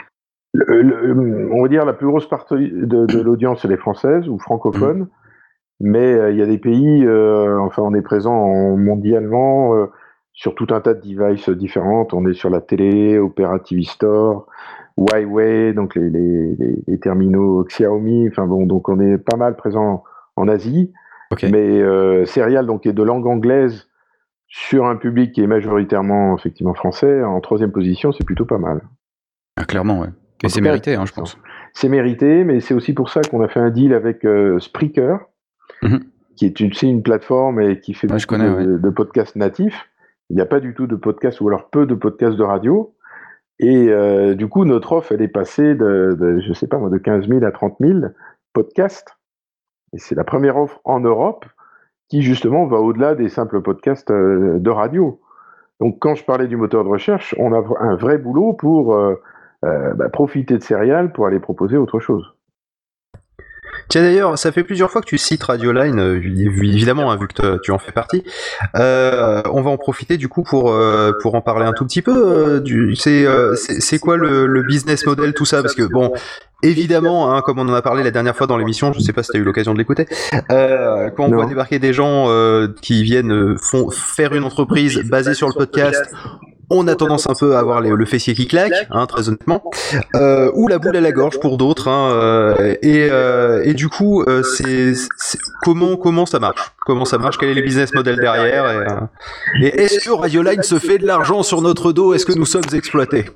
On va dire la plus grosse partie de l'audience, elle est française ou francophone, mais il y a des pays, enfin on est présent mondialement sur tout un tas de devices différentes. On est sur la télé, Opera TV Store, Huawei, donc les terminaux Xiaomi, enfin bon, donc on est pas mal présent en Asie. Okay. Mais Serial donc est de langue anglaise sur un public qui est majoritairement effectivement français, en 3e position, c'est plutôt pas mal. Ah, clairement, ouais. Et c'est mérité, hein, je pense. C'est mérité, mais c'est aussi pour ça qu'on a fait un deal avec Spreaker, qui est une plateforme et qui fait de podcasts natifs. Il n'y a pas du tout de podcasts, ou alors peu de podcasts de radio. Et du coup, notre offre, elle est passée je sais pas moi, de 15 000 à 30 000 podcasts. Et c'est la première offre en Europe qui, justement, va au-delà des simples podcasts de radio. Donc, quand je parlais du moteur de recherche, on a un vrai boulot pour profiter de Serial pour aller proposer autre chose. Tiens, d'ailleurs, ça fait plusieurs fois que tu cites Radioline, évidemment, vu que tu en fais partie. On va en profiter du coup pour en parler un tout petit peu. C'est quoi le business model, tout ça? Parce que bon, évidemment, comme on en a parlé la dernière fois dans l'émission, je sais pas si tu as eu l'occasion de l'écouter, quand on voit débarquer des gens qui viennent faire une entreprise basée sur le podcast, on a tendance un peu à avoir le fessier qui claque, très honnêtement, ou la boule à la gorge pour d'autres, et du coup, comment ça marche? Comment ça marche? Quel est le business model derrière? Et est-ce que Radioline se fait de l'argent sur notre dos? Est-ce que nous sommes exploités?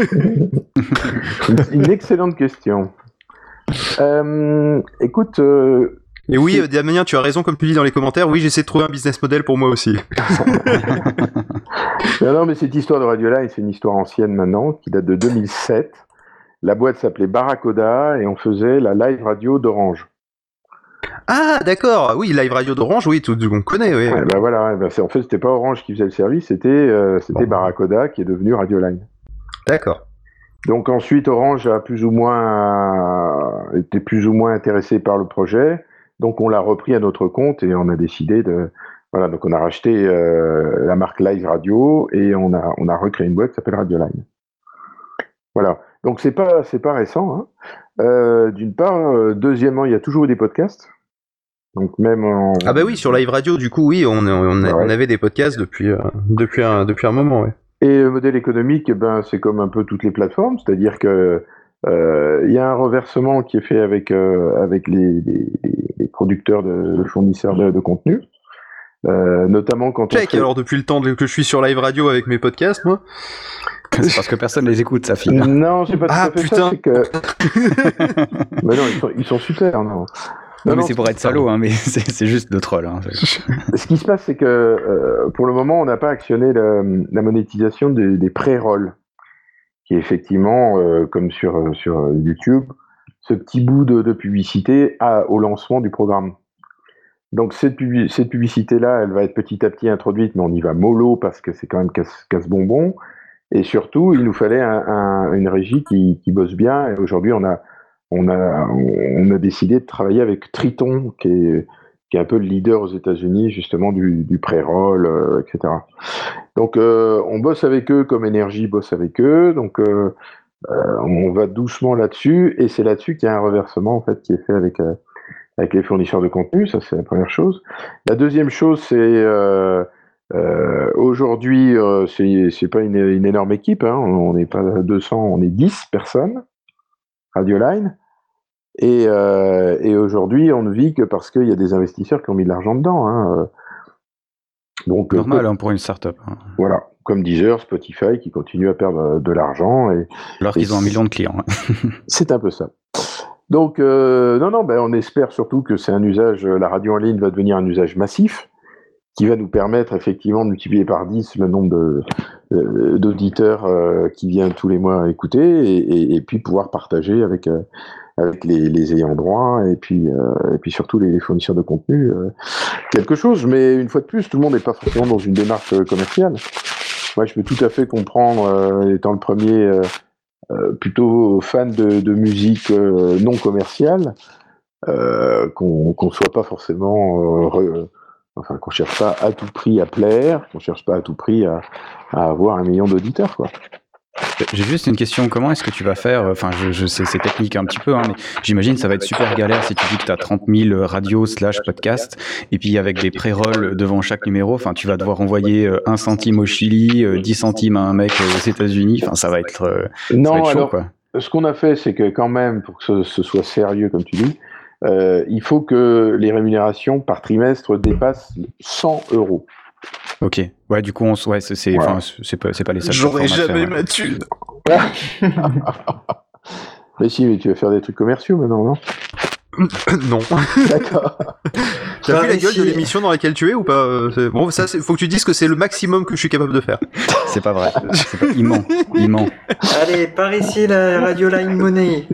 Une excellente question. Écoute... Et oui, Damien, tu as raison, comme tu dis dans les commentaires, oui, j'essaie de trouver un business model pour moi aussi. Non, mais cette histoire de Radioline, c'est une histoire ancienne maintenant, qui date de 2007. La boîte s'appelait Barracoda et on faisait la live radio d'Orange. Ah, d'accord, oui, live radio d'Orange, oui, on connaît, oui. Ouais, voilà, en fait, c'était pas Orange qui faisait le service, c'était Barracoda qui est devenu Radioline. D'accord. Donc ensuite, Orange a été plus ou moins intéressé par le projet. Donc on l'a repris à notre compte et on a décidé donc on a racheté la marque Live Radio et on a recréé une boîte qui s'appelle Radioline. Voilà. Donc c'est pas récent, d'une part. Deuxièmement, il y a toujours eu des podcasts. Donc même Ah bah oui, sur Live Radio, du coup, oui, on avait des podcasts depuis un moment, ouais. Et le modèle économique, c'est comme un peu toutes les plateformes, c'est-à-dire que il y a un reversement qui est fait avec les producteurs de fournisseurs de contenu, notamment quand alors depuis le temps que je suis sur Live Radio avec mes podcasts, moi. C'est parce que personne les écoute, ça file. Non, c'est pas tout à fait putain. ça, c'est que... Mais non, ils sont super, non. Non, mais c'est pour être salaud, mais c'est juste de troll. Ce qui se passe, c'est que pour le moment, on n'a pas actionné la monétisation des pré-rolls, qui est effectivement, comme sur YouTube, ce petit bout de publicité au lancement du programme. Donc cette publicité-là, elle va être petit à petit introduite, mais on y va mollo parce que c'est quand même casse-bonbon. Et surtout, il nous fallait une régie qui bosse bien. Et aujourd'hui, on a décidé de travailler avec Triton, qui est un peu le leader aux États-Unis justement du pré-roll, etc. Donc on bosse avec eux comme Énergie bosse avec eux. Donc on va doucement là-dessus, et c'est là-dessus qu'il y a un reversement en fait qui est fait avec les fournisseurs de contenu. Ça, c'est la première chose. La deuxième chose, c'est aujourd'hui, c'est pas une énorme équipe, on n'est pas 200, on est 10 personnes, Radioline, et aujourd'hui, on ne vit que parce qu'il y a des investisseurs qui ont mis de l'argent dedans. Donc, normal pour une start-up. Voilà, comme Deezer, Spotify qui continuent à perdre de l'argent. Alors qu'ils ont 1 million de clients. C'est un peu ça. Donc, on espère surtout que c'est un usage, la radio en ligne va devenir un usage massif, qui va nous permettre effectivement de multiplier par 10 le nombre d'auditeurs qui viennent tous les mois écouter, et puis pouvoir partager avec les ayants droit, et puis surtout les fournisseurs de contenu quelque chose. Mais une fois de plus, tout le monde n'est pas forcément dans une démarche commerciale. Moi, je peux tout à fait comprendre, étant le premier plutôt fan de musique non commerciale, qu'on soit pas forcément qu'on cherche pas à tout prix à plaire, qu'on cherche pas à tout prix à avoir 1 million d'auditeurs, quoi. J'ai juste une question, comment est-ce que tu vas faire, enfin je sais c'est technique un petit peu, mais j'imagine que ça va être super galère si tu dis que tu as 30 000 radios / podcasts, et puis avec des pré-rolls devant chaque numéro, enfin tu vas devoir envoyer 1 centime au Chili, 10 centimes à un mec aux États-Unis, enfin ça va être chaud, quoi. Ce qu'on a fait, c'est que quand même, pour que ce soit sérieux comme tu dis, il faut que les rémunérations par trimestre dépassent 100 €. Ok, ouais, du coup, c'est pas les seuls. J'aurais jamais ma thune. Mais si, mais tu vas faire des trucs commerciaux maintenant, non? Non. D'accord. Tu as vu la gueule de l'émission dans laquelle tu es ou pas? Bon, ça, faut que tu dises que c'est le maximum que je suis capable de faire. C'est pas vrai. Il ment. Allez, par ici la Radio Line Money.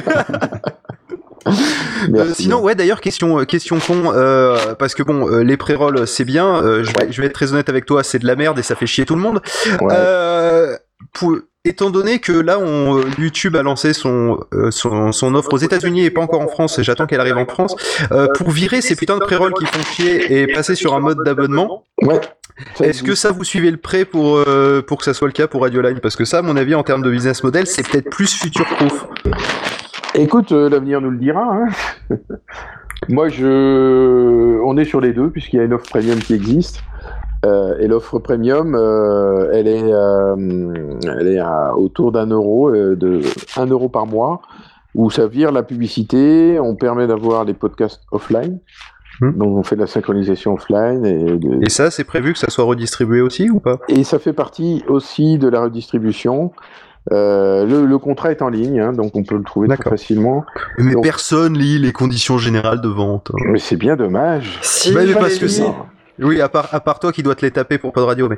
Sinon, ouais, d'ailleurs, question con, parce que bon, les pré-rolls, c'est bien. Je vais être très honnête avec toi, c'est de la merde et ça fait chier tout le monde. Ouais. Étant donné que là, YouTube a lancé son offre aux États-Unis et pas encore en France, et j'attends qu'elle arrive en France, pour virer ces putains de pré-rolls qui font chier et passer sur un mode d'abonnement. Ouais. Est-ce que ça vous suivez le prêt pour que ça soit le cas pour Radio Line? Parce que ça, à mon avis, en termes de business model, c'est peut-être plus future-proof. Écoute, l'avenir nous le dira. Hein. Moi, on est sur les deux, puisqu'il y a une offre premium qui existe. Et l'offre premium, elle est autour d'1 €, de 1 € par mois, où ça vire la publicité, on permet d'avoir les podcasts offline. Donc on fait de la synchronisation offline. Et ça, c'est prévu que ça soit redistribué aussi ou pas? Et ça fait partie aussi de la redistribution. Le contrat est en ligne, hein, donc on peut le trouver très facilement. Mais donc, personne lit les conditions générales de vente. Mais c'est bien dommage. Si, mais parce que c'est... Oui, à part toi qui dois te les taper pour Pod Radio, mais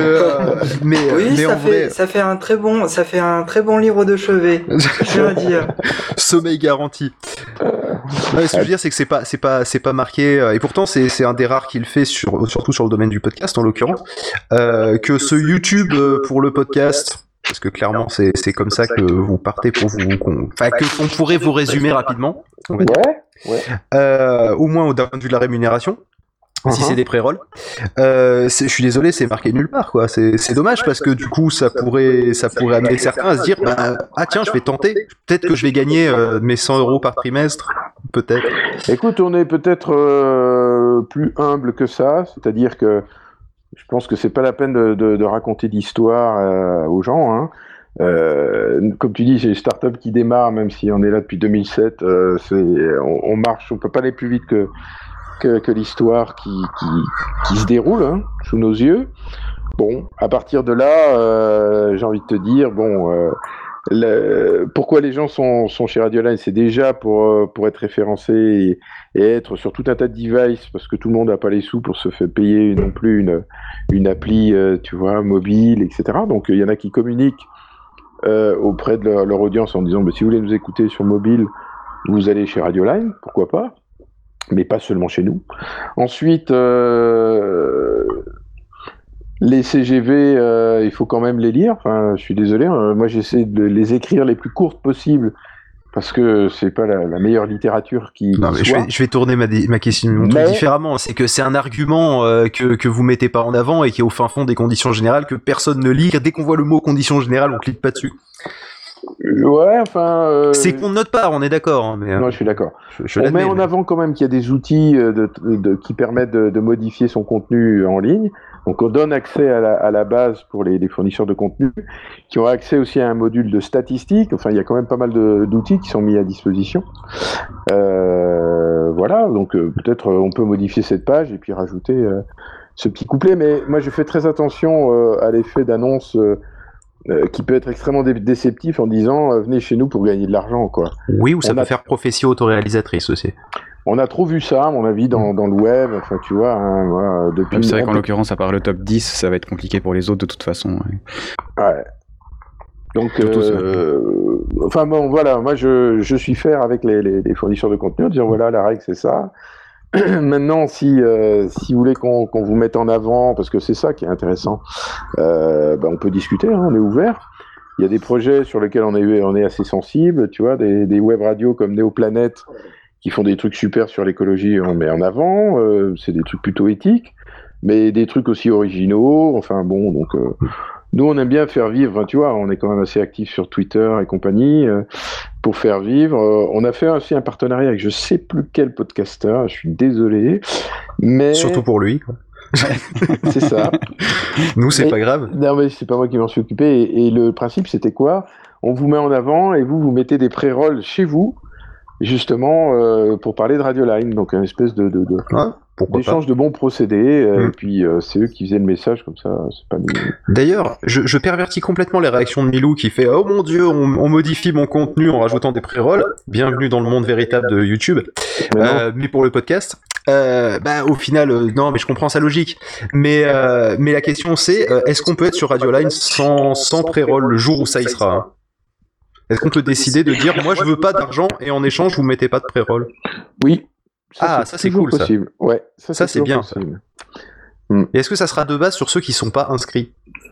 ça fait un très bon livre de chevet. Je veux dire. Sommeil garanti. Ouais, ce que je veux dire, c'est que c'est pas marqué, et pourtant c'est un des rares qui le fait surtout sur le domaine du podcast en l'occurrence, que ce YouTube pour le podcast. Parce que clairement, c'est comme ça que vous partez pour qu'on pourrait vous résumer rapidement. On va dire. Ouais. Au moins au point de vue de la rémunération. Si c'est des pré-rolls, je suis désolé, c'est marqué nulle part, quoi. C'est dommage parce que du coup, ça pourrait amener certains à se dire, tiens, je vais tenter. Peut-être que je vais gagner mes 100 € par trimestre, peut-être. Écoute, on est peut-être plus humble que ça, c'est-à-dire que je pense que c'est pas la peine de raconter d'histoire aux gens. Hein. Comme tu dis, c'est une start-up qui démarre, même si on est là depuis 2007. On marche, on peut pas aller plus vite que l'histoire qui se déroule sous nos yeux. Bon, à partir de là, j'ai envie de te dire, pourquoi les gens sont chez Radio Line, c'est déjà pour être référencés et être sur tout un tas de devices, parce que tout le monde n'a pas les sous pour se faire payer non plus une appli, tu vois, mobile, etc. Donc il y en a qui communiquent auprès de leur audience en disant, si vous voulez nous écouter sur mobile, vous allez chez Radio Line, pourquoi pas, mais pas seulement chez nous. Ensuite, les CGV, il faut quand même les lire. Enfin, je suis désolé, moi j'essaie de les écrire les plus courtes possibles parce que c'est pas la meilleure littérature qui soit. Je vais tourner ma question différemment. C'est que c'est un argument que vous mettez pas en avant et qui est au fin fond des conditions générales que personne ne lit. Dès qu'on voit le mot conditions générales, on clique pas dessus. Ouais, enfin. C'est qu'on note pas, on est d'accord. Hein, mais, non, je suis d'accord. On met en avant quand même qu'il y a des outils qui permettent de modifier son contenu en ligne. Donc on donne accès à la base pour les fournisseurs de contenu, qui ont accès aussi à un module de statistiques. Enfin, il y a quand même pas mal d'outils qui sont mis à disposition. Voilà, donc peut-être on peut modifier cette page et puis rajouter ce petit couplet, mais moi je fais très attention à l'effet d'annonce qui peut être extrêmement déceptif en disant venez chez nous pour gagner de l'argent, quoi. Oui, ou ça peut faire prophétie autoréalisatrice aussi. On a trop vu ça, à mon avis, dans le web, enfin tu vois, hein, voilà, depuis... Même c'est vrai qu'en l'occurrence, à part le top 10, ça va être compliqué pour les autres de toute façon. Ouais. Donc, enfin bon, voilà, moi je suis fair avec les fournisseurs de contenu en disant voilà, la règle c'est ça. Maintenant, si vous voulez qu'on vous mette en avant, parce que c'est ça qui est intéressant, on peut discuter, hein, on est ouvert. Il y a des projets sur lesquels on est assez sensible, tu vois, des web radios comme Néoplanète qui font des trucs super sur l'écologie, on met en avant, c'est des trucs plutôt éthiques, mais des trucs aussi originaux, enfin bon, donc nous on aime bien faire vivre, tu vois, on est quand même assez actifs sur Twitter et compagnie, pour faire vivre. On a fait aussi un partenariat avec je sais plus quel podcasteur, je suis désolé, mais... Surtout pour lui, quoi. C'est ça. Nous, c'est pas grave. Non, mais c'est pas moi qui m'en suis occupé, et le principe c'était quoi? On vous met en avant et vous mettez des pré-rolls chez vous, justement pour parler de Radioline, donc une espèce d'échange de bons procédés, et puis c'est eux qui faisaient le message comme ça, c'est pas nous. D'ailleurs, je pervertis complètement les réactions de Milou qui fait « Oh mon Dieu, on modifie mon contenu en rajoutant des pré-rolls. Bienvenue dans le monde véritable de YouTube. » Mais pour le podcast, au final, non, mais je comprends sa logique. Mais la question c'est, est-ce qu'on peut être sur Radioline sans pré-roll le jour où ça y sera, hein? Est-ce qu'on peut décider de dire, moi je veux pas d'argent et en échange vous mettez pas de pré-roll? Oui. Ça c'est cool possible. Ça. Ouais, ça c'est bien. Ça. Et est-ce que ça sera de base sur ceux qui sont pas inscrits?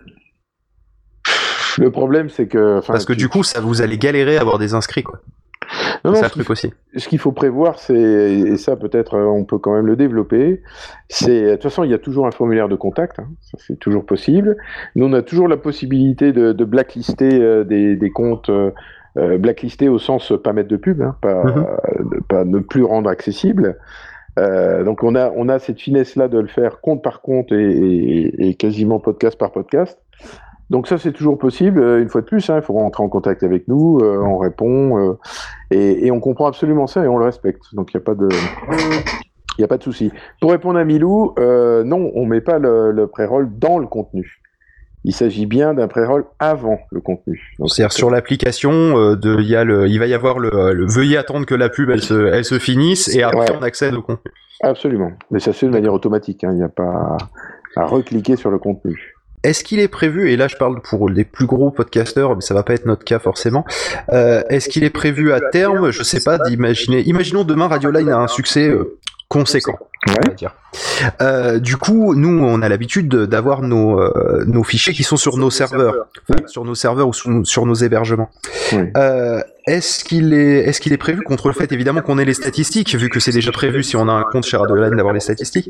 Le problème c'est que... Parce que du coup ça vous allez galérer à avoir des inscrits, quoi. Non, c'est un truc aussi. Ce qu'il faut prévoir, c'est, et ça peut-être on peut quand même le développer, c'est, de toute façon il y a toujours un formulaire de contact, hein, ça c'est toujours possible. Nous on a toujours la possibilité de blacklister des comptes, blacklister au sens pas mettre de pub, hein, pas ne plus rendre accessible. Donc on a cette finesse-là de le faire compte par compte et quasiment podcast par podcast. Donc ça c'est toujours possible, une fois de plus, hein, il faut rentrer en contact avec nous, on répond, et on comprend absolument ça et on le respecte, donc il n'y a pas de souci. Pour répondre à Milou, non, on ne met pas le pré-roll dans le contenu. Il s'agit bien d'un pré-roll avant le contenu. C'est-à-dire sur l'application, il va y avoir le veuillez attendre que la pub elle se finisse et après on accède au contenu. Absolument, mais ça se fait de manière automatique, hein, il n'y a pas à recliquer sur le contenu. Est-ce qu'il est prévu, et là je parle pour les plus gros podcasteurs, mais ça va pas être notre cas forcément, est-ce qu'il est prévu à terme, je sais pas, imaginons demain Radioline a un succès conséquent, on va dire. Du coup, nous on a l'habitude d'avoir nos fichiers qui sont sur nos serveurs, sur nos serveurs ou sur nos hébergements. Oui. Est-ce qu'il est prévu, contre le fait évidemment qu'on ait les statistiques, vu que c'est déjà prévu si on a un compte chez Radioline d'avoir les statistiques,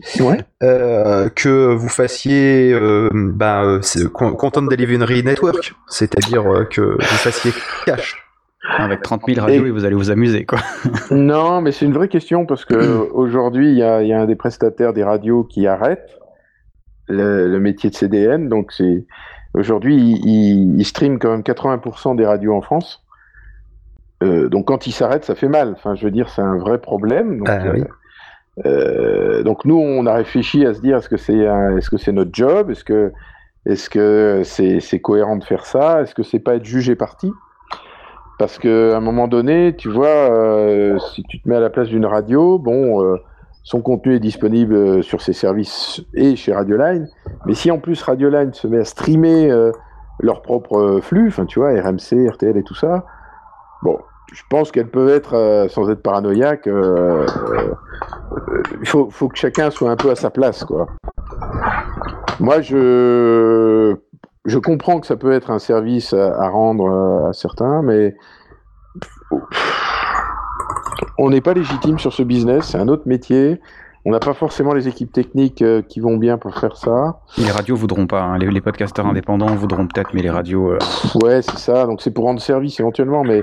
que vous fassiez Content Delivery Network, c'est-à-dire que vous fassiez cash. Avec 30 000 radios, vous allez vous amuser, quoi. Non, mais c'est une vraie question parce que aujourd'hui, il y a un des prestataires des radios qui arrête le métier de CDN. Donc aujourd'hui, il stream quand même 80% des radios en France. Donc quand il s'arrête, ça fait mal. Enfin, je veux dire, c'est un vrai problème. Donc, oui. Donc nous, on a réfléchi à se dire est-ce que c'est notre job, est-ce que c'est cohérent de faire ça, est-ce que c'est pas être jugé parti? Parce qu'à un moment donné, tu vois, si tu te mets à la place d'une radio, son contenu est disponible sur ses services et chez Radioline, mais si en plus Radioline se met à streamer leur propre flux, enfin tu vois, RMC, RTL et tout ça, je pense qu'elles peuvent être, sans être paranoïaque, il faut que chacun soit un peu à sa place, quoi. Moi, je comprends que ça peut être un service à rendre à certains, mais on n'est pas légitime sur ce business, c'est un autre métier. On n'a pas forcément les équipes techniques qui vont bien pour faire ça. Les radios voudront pas, hein. Les podcasteurs indépendants voudront peut-être, mais les radios... Ouais, c'est ça, donc c'est pour rendre service éventuellement, mais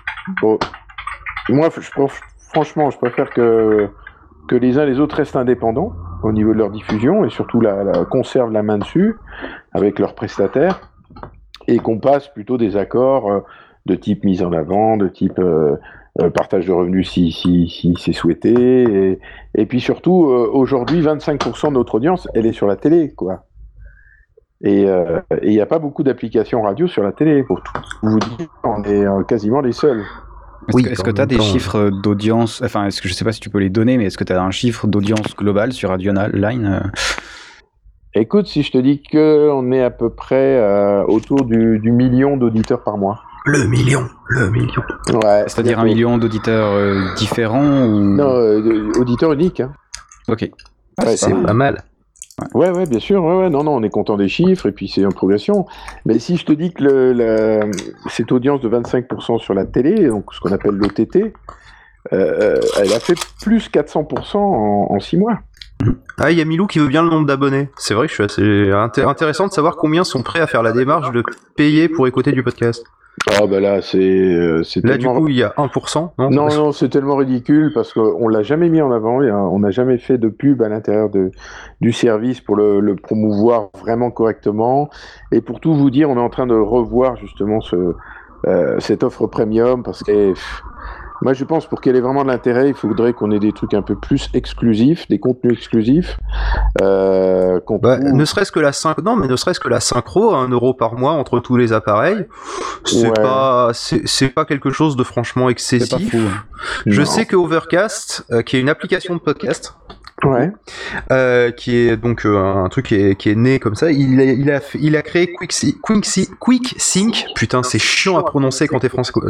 moi, franchement, je préfère que les uns et les autres restent indépendants au niveau de leur diffusion et surtout conservent la main dessus avec leurs prestataires et qu'on passe plutôt des accords de type mise en avant, de type partage de revenus si c'est souhaité. Et puis surtout, aujourd'hui, 25% de notre audience, elle est sur la télé, quoi. Et il n'y a pas beaucoup d'applications radio sur la télé. Pour tout vous dire, on est quasiment les seuls. Est-ce que tu as des chiffres d'audience, enfin, je sais pas si tu peux les donner, mais est-ce que tu as un chiffre d'audience globale sur Radio Line? Écoute, si je te dis qu'on est à peu près autour du million d'auditeurs par mois. Le million. Ouais. C'est-à-dire 1 million d'auditeurs différents ou... Non, auditeurs uniques. Hein. Ok. Ouais, c'est pas mal. Ouais, bien sûr. Ouais. Non, on est content des chiffres et puis c'est en progression. Mais si je te dis que cette audience de 25% sur la télé, donc ce qu'on appelle l'OTT, elle a fait plus 400% en 6 mois. Ah, il y a Milou qui veut bien le nombre d'abonnés. C'est vrai que je suis assez intéressant de savoir combien sont prêts à faire la démarche de payer pour écouter du podcast. Ah bah là, c'est là tellement... du coup il y a 1%, non? Non, c'est tellement ridicule parce qu'on l'a jamais mis en avant, on n'a jamais fait de pub à l'intérieur du service pour le promouvoir vraiment correctement. Et pour tout vous dire, on est en train de revoir justement cette offre premium parce que moi je pense pour qu'elle ait vraiment de l'intérêt, il faudrait qu'on ait des trucs un peu plus exclusifs, des contenus exclusifs. Ne serait-ce que la synchro à 1 euro par mois entre tous les appareils, c'est pas quelque chose de franchement excessif. C'est pas fou, hein. Je sais que Overcast, qui est une application de podcast, qui est donc un truc qui est né comme ça, il a créé QuickSync, putain c'est chiant à prononcer quand t'es français,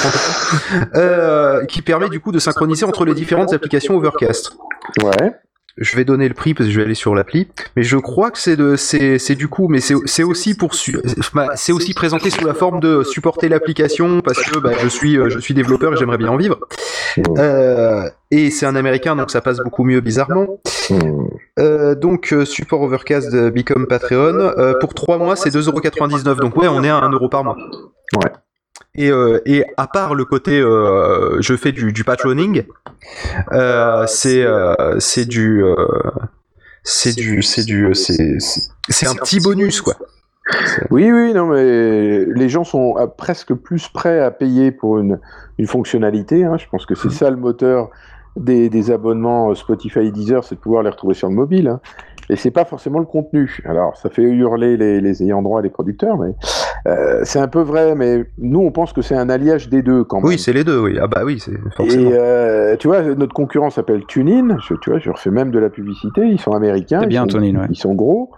qui permet du coup de synchroniser entre les différentes applications Overcast. Ouais. Je vais donner le prix parce que je vais aller sur l'appli, mais je crois que c'est du coup, mais c'est aussi c'est aussi présenté sous la forme de supporter l'application parce que je suis développeur et j'aimerais bien en vivre. Et c'est un américain donc ça passe beaucoup mieux bizarrement. Donc support Overcast de Become Patreon pour 3 mois c'est 2,99€, donc ouais on est à 1 euro par mois. Ouais. Et à part le côté je fais du patroning, c'est un petit bonus quoi. Oui, non, mais les gens sont presque plus prêts à payer pour une fonctionnalité. Hein. Je pense que c'est ça le moteur des abonnements Spotify et Deezer, c'est de pouvoir les retrouver sur le mobile. Hein. Et c'est pas forcément le contenu. Alors, ça fait hurler les ayants droit et les producteurs, mais c'est un peu vrai. Mais nous, on pense que c'est un alliage des deux quand même. Oui, c'est les deux, oui. Ah bah oui, c'est forcément. Et tu vois, notre concurrent s'appelle TuneIn. Je refais même de la publicité. Ils sont américains. C'est bien TuneIn, ouais. Ils sont gros.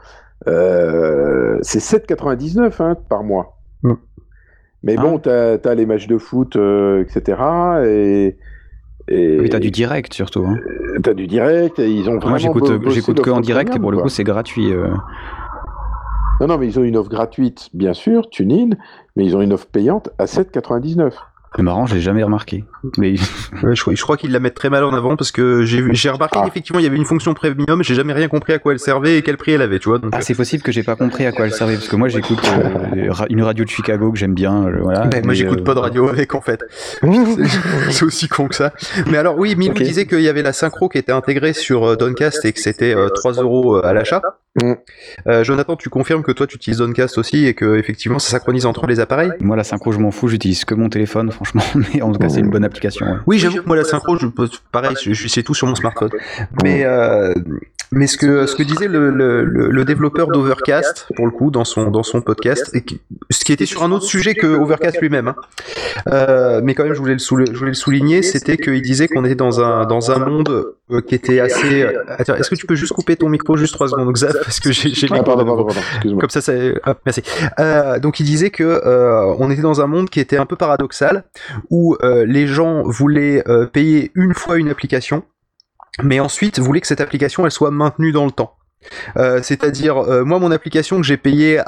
C'est 7,99 hein, par mois. Mais bon, t'as les matchs de foot, etc. Oui, t'as du direct surtout. Hein. T'as du direct, et ils ont vraiment. Moi, j'écoute que en direct et pour le coup, c'est gratuit. Non, mais ils ont une offre gratuite, bien sûr, TuneIn, mais ils ont une offre payante à 7,99. C'est marrant, je l'ai jamais remarqué. Mais... Ouais, je crois qu'ils la mettent très mal en avant parce que j'ai remarqué qu'effectivement il y avait une fonction premium, j'ai jamais rien compris à quoi elle servait et quel prix elle avait, tu vois. Donc, c'est possible que j'ai pas compris à quoi elle servait parce que moi j'écoute une radio de Chicago que j'aime bien. Voilà, moi j'écoute pas de radio avec en fait. C'est aussi con que ça. Mais alors oui, Milou disait qu'il y avait la synchro qui était intégrée sur Downcast et que c'était 3€ à l'achat. Jonathan, tu confirmes que toi tu utilises Downcast aussi et que effectivement ça synchronise entre les appareils? Moi la synchro je m'en fous, j'utilise que mon téléphone franchement, mais en tout cas c'est une bonne application. Ouais. Oui, j'avoue que moi la synchro, pareil, je sais tout sur mon smartphone. Mais ce que disait le développeur d'Overcast pour le coup dans son podcast, et ce qui était sur un autre sujet que Overcast lui-même, hein, mais quand même je voulais le souligner, c'était qu'il disait qu'on était dans un monde qui était assez. Attends, est-ce que tu peux juste couper ton micro juste 3 secondes, Xav, parce que j'ai pardon, excuse-moi. Comme ça, merci. Donc il disait que on était dans un monde qui était un peu paradoxal où les gens voulaient payer une fois une application, mais ensuite voulaient que cette application elle soit maintenue dans le temps. C'est-à-dire moi mon application que j'ai payé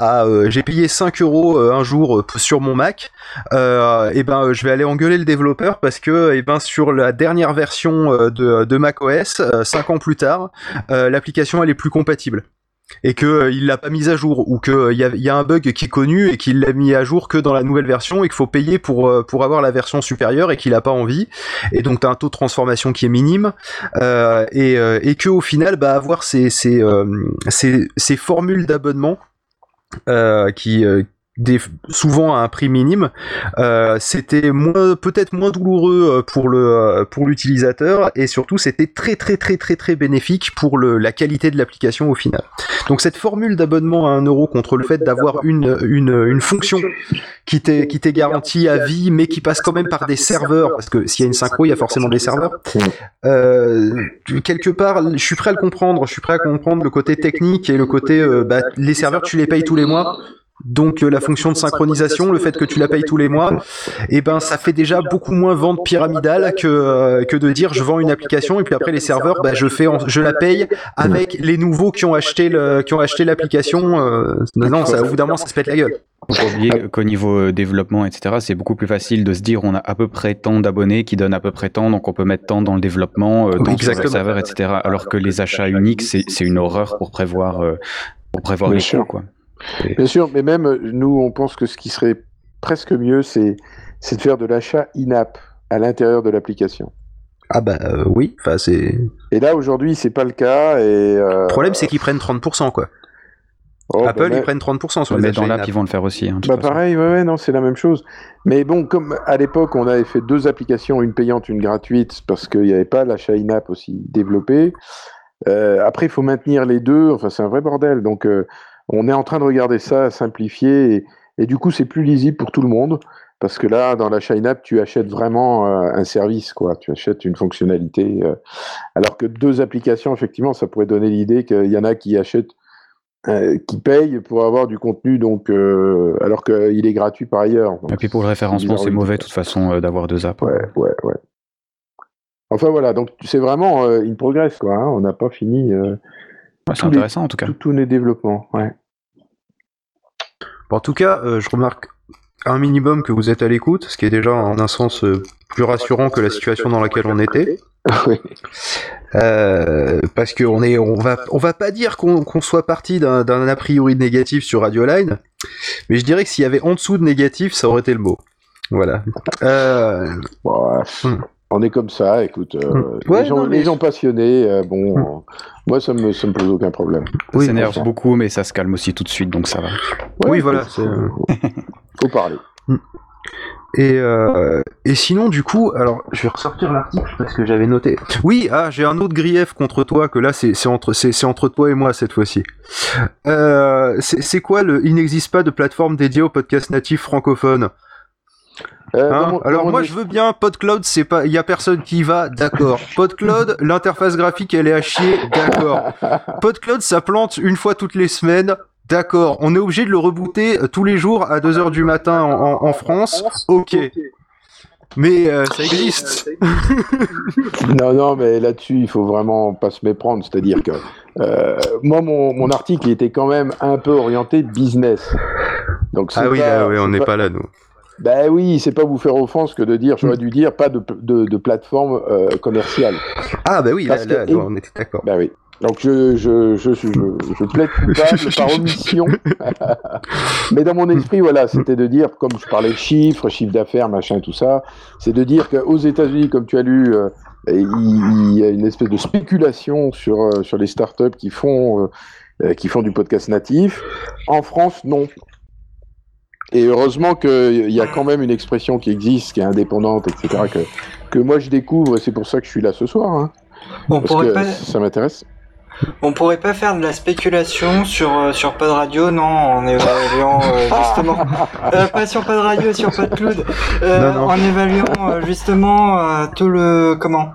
5€ un jour sur mon Mac, je vais aller engueuler le développeur parce que sur la dernière version de macOS 5 ans plus tard l'application elle est plus compatible et que il l'a pas mise à jour ou que il y a un bug qui est connu et qu'il l'a mis à jour que dans la nouvelle version et qu'il faut payer pour avoir la version supérieure et qu'il a pas envie, et donc t'as un taux de transformation qui est minime et que au final avoir ces formules d'abonnement qui souvent à un prix minime. C'était peut-être moins douloureux pour l'utilisateur, et surtout c'était très très très très très bénéfique pour la qualité de l'application au final. Donc cette formule d'abonnement à 1 euro contre le fait d'avoir une fonction qui t'est garantie à vie, mais qui passe quand même par des serveurs, parce que s'il y a une synchro, il y a forcément des serveurs. Quelque part, je suis prêt à comprendre le côté technique et le côté les serveurs tu les payes tous les mois. Donc la fonction de synchronisation, le fait que tu la payes tous les mois, ça fait déjà beaucoup moins vente pyramidale que de dire je vends une application et puis après les serveurs, je la paye avec les nouveaux qui ont acheté l'application. Non, ça, au bout d'un moment, ça se pète la gueule. Faut pas oublier qu'au niveau développement, etc., c'est beaucoup plus facile de se dire on a à peu près tant d'abonnés qui donnent à peu près tant, donc on peut mettre tant dans le développement, tant sur le serveur, etc. Alors que les achats uniques, c'est une horreur pour prévoir les coûts, quoi. Bien sûr, mais même nous, on pense que ce qui serait presque mieux, c'est de faire de l'achat in-app à l'intérieur de l'application. Oui, c'est... Et là, aujourd'hui, c'est pas le cas. Le problème, c'est qu'ils prennent 30%, quoi. Apple, ils prennent 30% sur les achats dans l'app, ils vont le faire aussi. Pareil, non, c'est la même chose. Mais bon, comme à l'époque, on avait fait 2 applications, une payante, une gratuite, parce qu'il n'y avait pas l'achat in-app aussi développé. Après, il faut maintenir les deux. Enfin, c'est un vrai bordel. Donc, on est en train de regarder ça, simplifier, et du coup, c'est plus lisible pour tout le monde, parce que là, dans l'achat in-app, tu achètes vraiment un service, quoi. Tu achètes une fonctionnalité. Alors que 2 applications, effectivement, ça pourrait donner l'idée qu'il y en a qui achètent, qui payent pour avoir du contenu, donc alors qu'il est gratuit par ailleurs. Donc, et puis pour le référencement, c'est mauvais, de toute façon, d'avoir 2 apps. Ouais. Enfin voilà, donc c'est vraiment in progress, quoi. Hein. On n'a pas fini. C'est intéressant en tout cas. Tous les développements, ouais. En tout cas, je remarque un minimum que vous êtes à l'écoute, ce qui est déjà en un sens plus rassurant que la situation dans laquelle on était. Oui. Parce que on va pas dire qu'on soit parti d'un a priori négatif sur Radioline, mais je dirais que s'il y avait en dessous de négatif, ça aurait été le mot. Voilà. On est comme ça, écoute. Les gens passionnés, moi ça me pose aucun problème. Ça s'énerve beaucoup, mais ça se calme aussi tout de suite, donc ça va. Oui, voilà. Faut parler. Et sinon, du coup, alors je vais ressortir l'article parce que j'avais noté. Oui, j'ai un autre grief contre toi, que là c'est entre toi et moi cette fois-ci. C'est quoi il n'existe pas de plateforme dédiée aux podcasts natifs francophones? Alors moi je veux bien PodCloud, il y a personne qui y va, d'accord. PodCloud, l'interface graphique elle est à chier, d'accord. PodCloud ça plante une fois toutes les semaines, d'accord. On est obligé de le rebooter tous les jours à 2h du matin en France, ok. Mais ça existe. Non, mais là-dessus il faut vraiment pas se méprendre, c'est-à-dire que moi mon article il était quand même un peu orienté business. Donc on n'est pas là nous. Ben oui, c'est pas vous faire offense que de dire, j'aurais dû dire, pas de plateforme commerciale. Ah bah oui, là, on était d'accord. Ben oui. Donc je plaide coupable par omission. Mais dans mon esprit, voilà, c'était de dire, comme je parlais de chiffres d'affaires, machin, tout ça, c'est de dire qu'aux États-Unis, comme tu as lu, il y a une espèce de spéculation sur les startups qui font du podcast natif. En France, non. Et heureusement qu'il y a quand même une expression qui existe, qui est indépendante, etc., que moi je découvre, et c'est pour ça que je suis là ce soir. Hein, ça m'intéresse. On pourrait pas faire de la spéculation sur Pod Radio, non, en évaluant justement... pas sur Pod Radio, sur PodCloud. En évaluant justement tout le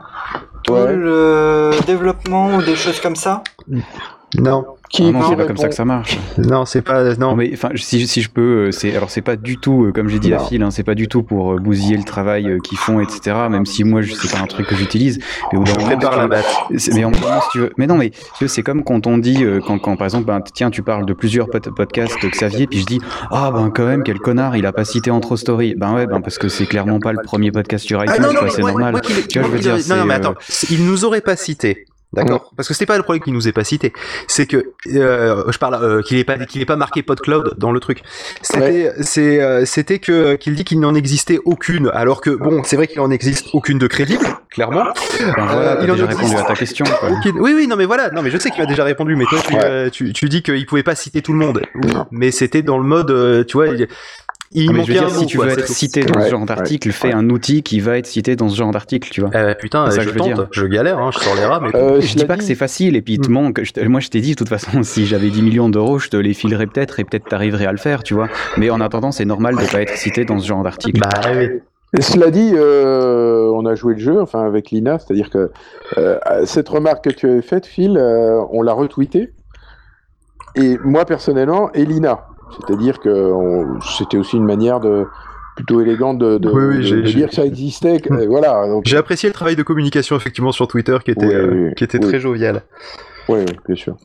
développement ou des choses comme ça. Non. C'est pas comme ça que ça marche. Non, c'est pas. Non. Mais enfin, si je peux, c'est pas du tout, comme j'ai dit à Phil, c'est pas du tout pour bousiller le travail qu'ils font, etc. Même si moi, c'est pas un truc que j'utilise. Mais je prépare la batte. Mais en même temps, si tu veux. Mais non, mais c'est comme quand on dit, quand par exemple, tiens, tu parles de plusieurs podcasts, Xavier, puis je dis, quand même, quel connard, il a pas cité Intro Story. Parce que c'est clairement pas le premier podcast sur iTunes, c'est normal. Tu vois, je veux dire. Non, mais attends, il nous aurait pas cité. D'accord. Parce que c'était pas le problème qu'il nous ait pas cité. C'est que je parle qu'il est pas marqué PodCloud dans le truc. C'était qu'il dit qu'il n'en existait aucune, alors que bon, c'est vrai qu'il en existe aucune de crédible, clairement. Voilà, il a déjà répondu à ta question. Quoi. Oui, non mais voilà, non mais je sais qu'il m'a déjà répondu, mais toi tu dis qu'il pouvait pas citer tout le monde. Mais c'était dans le mode, tu vois. Il manquait un mot, si tu veux être cité dans ce genre d'article, fais un outil qui va être cité dans ce genre d'article, tu vois. Putain, je tente, je galère, je sors les rats, mais... je dis pas que c'est facile, et puis il te manque... Moi, je t'ai dit, de toute façon, si j'avais 10 millions d'euros, je te les filerais peut-être, et peut-être t'arriverais à le faire, tu vois. Mais en attendant, c'est normal de pas être cité dans ce genre d'article. Bah oui. Et cela dit, on a joué le jeu, enfin avec Lina, c'est-à-dire que cette remarque que tu avais faite, Phil, on l'a retweetée, et moi, personnellement, et Lina. C'est-à-dire que c'était aussi une manière plutôt élégante de dire que ça existait. Voilà. Donc... J'ai apprécié le travail de communication effectivement sur Twitter qui était très jovial. Oui, bien sûr.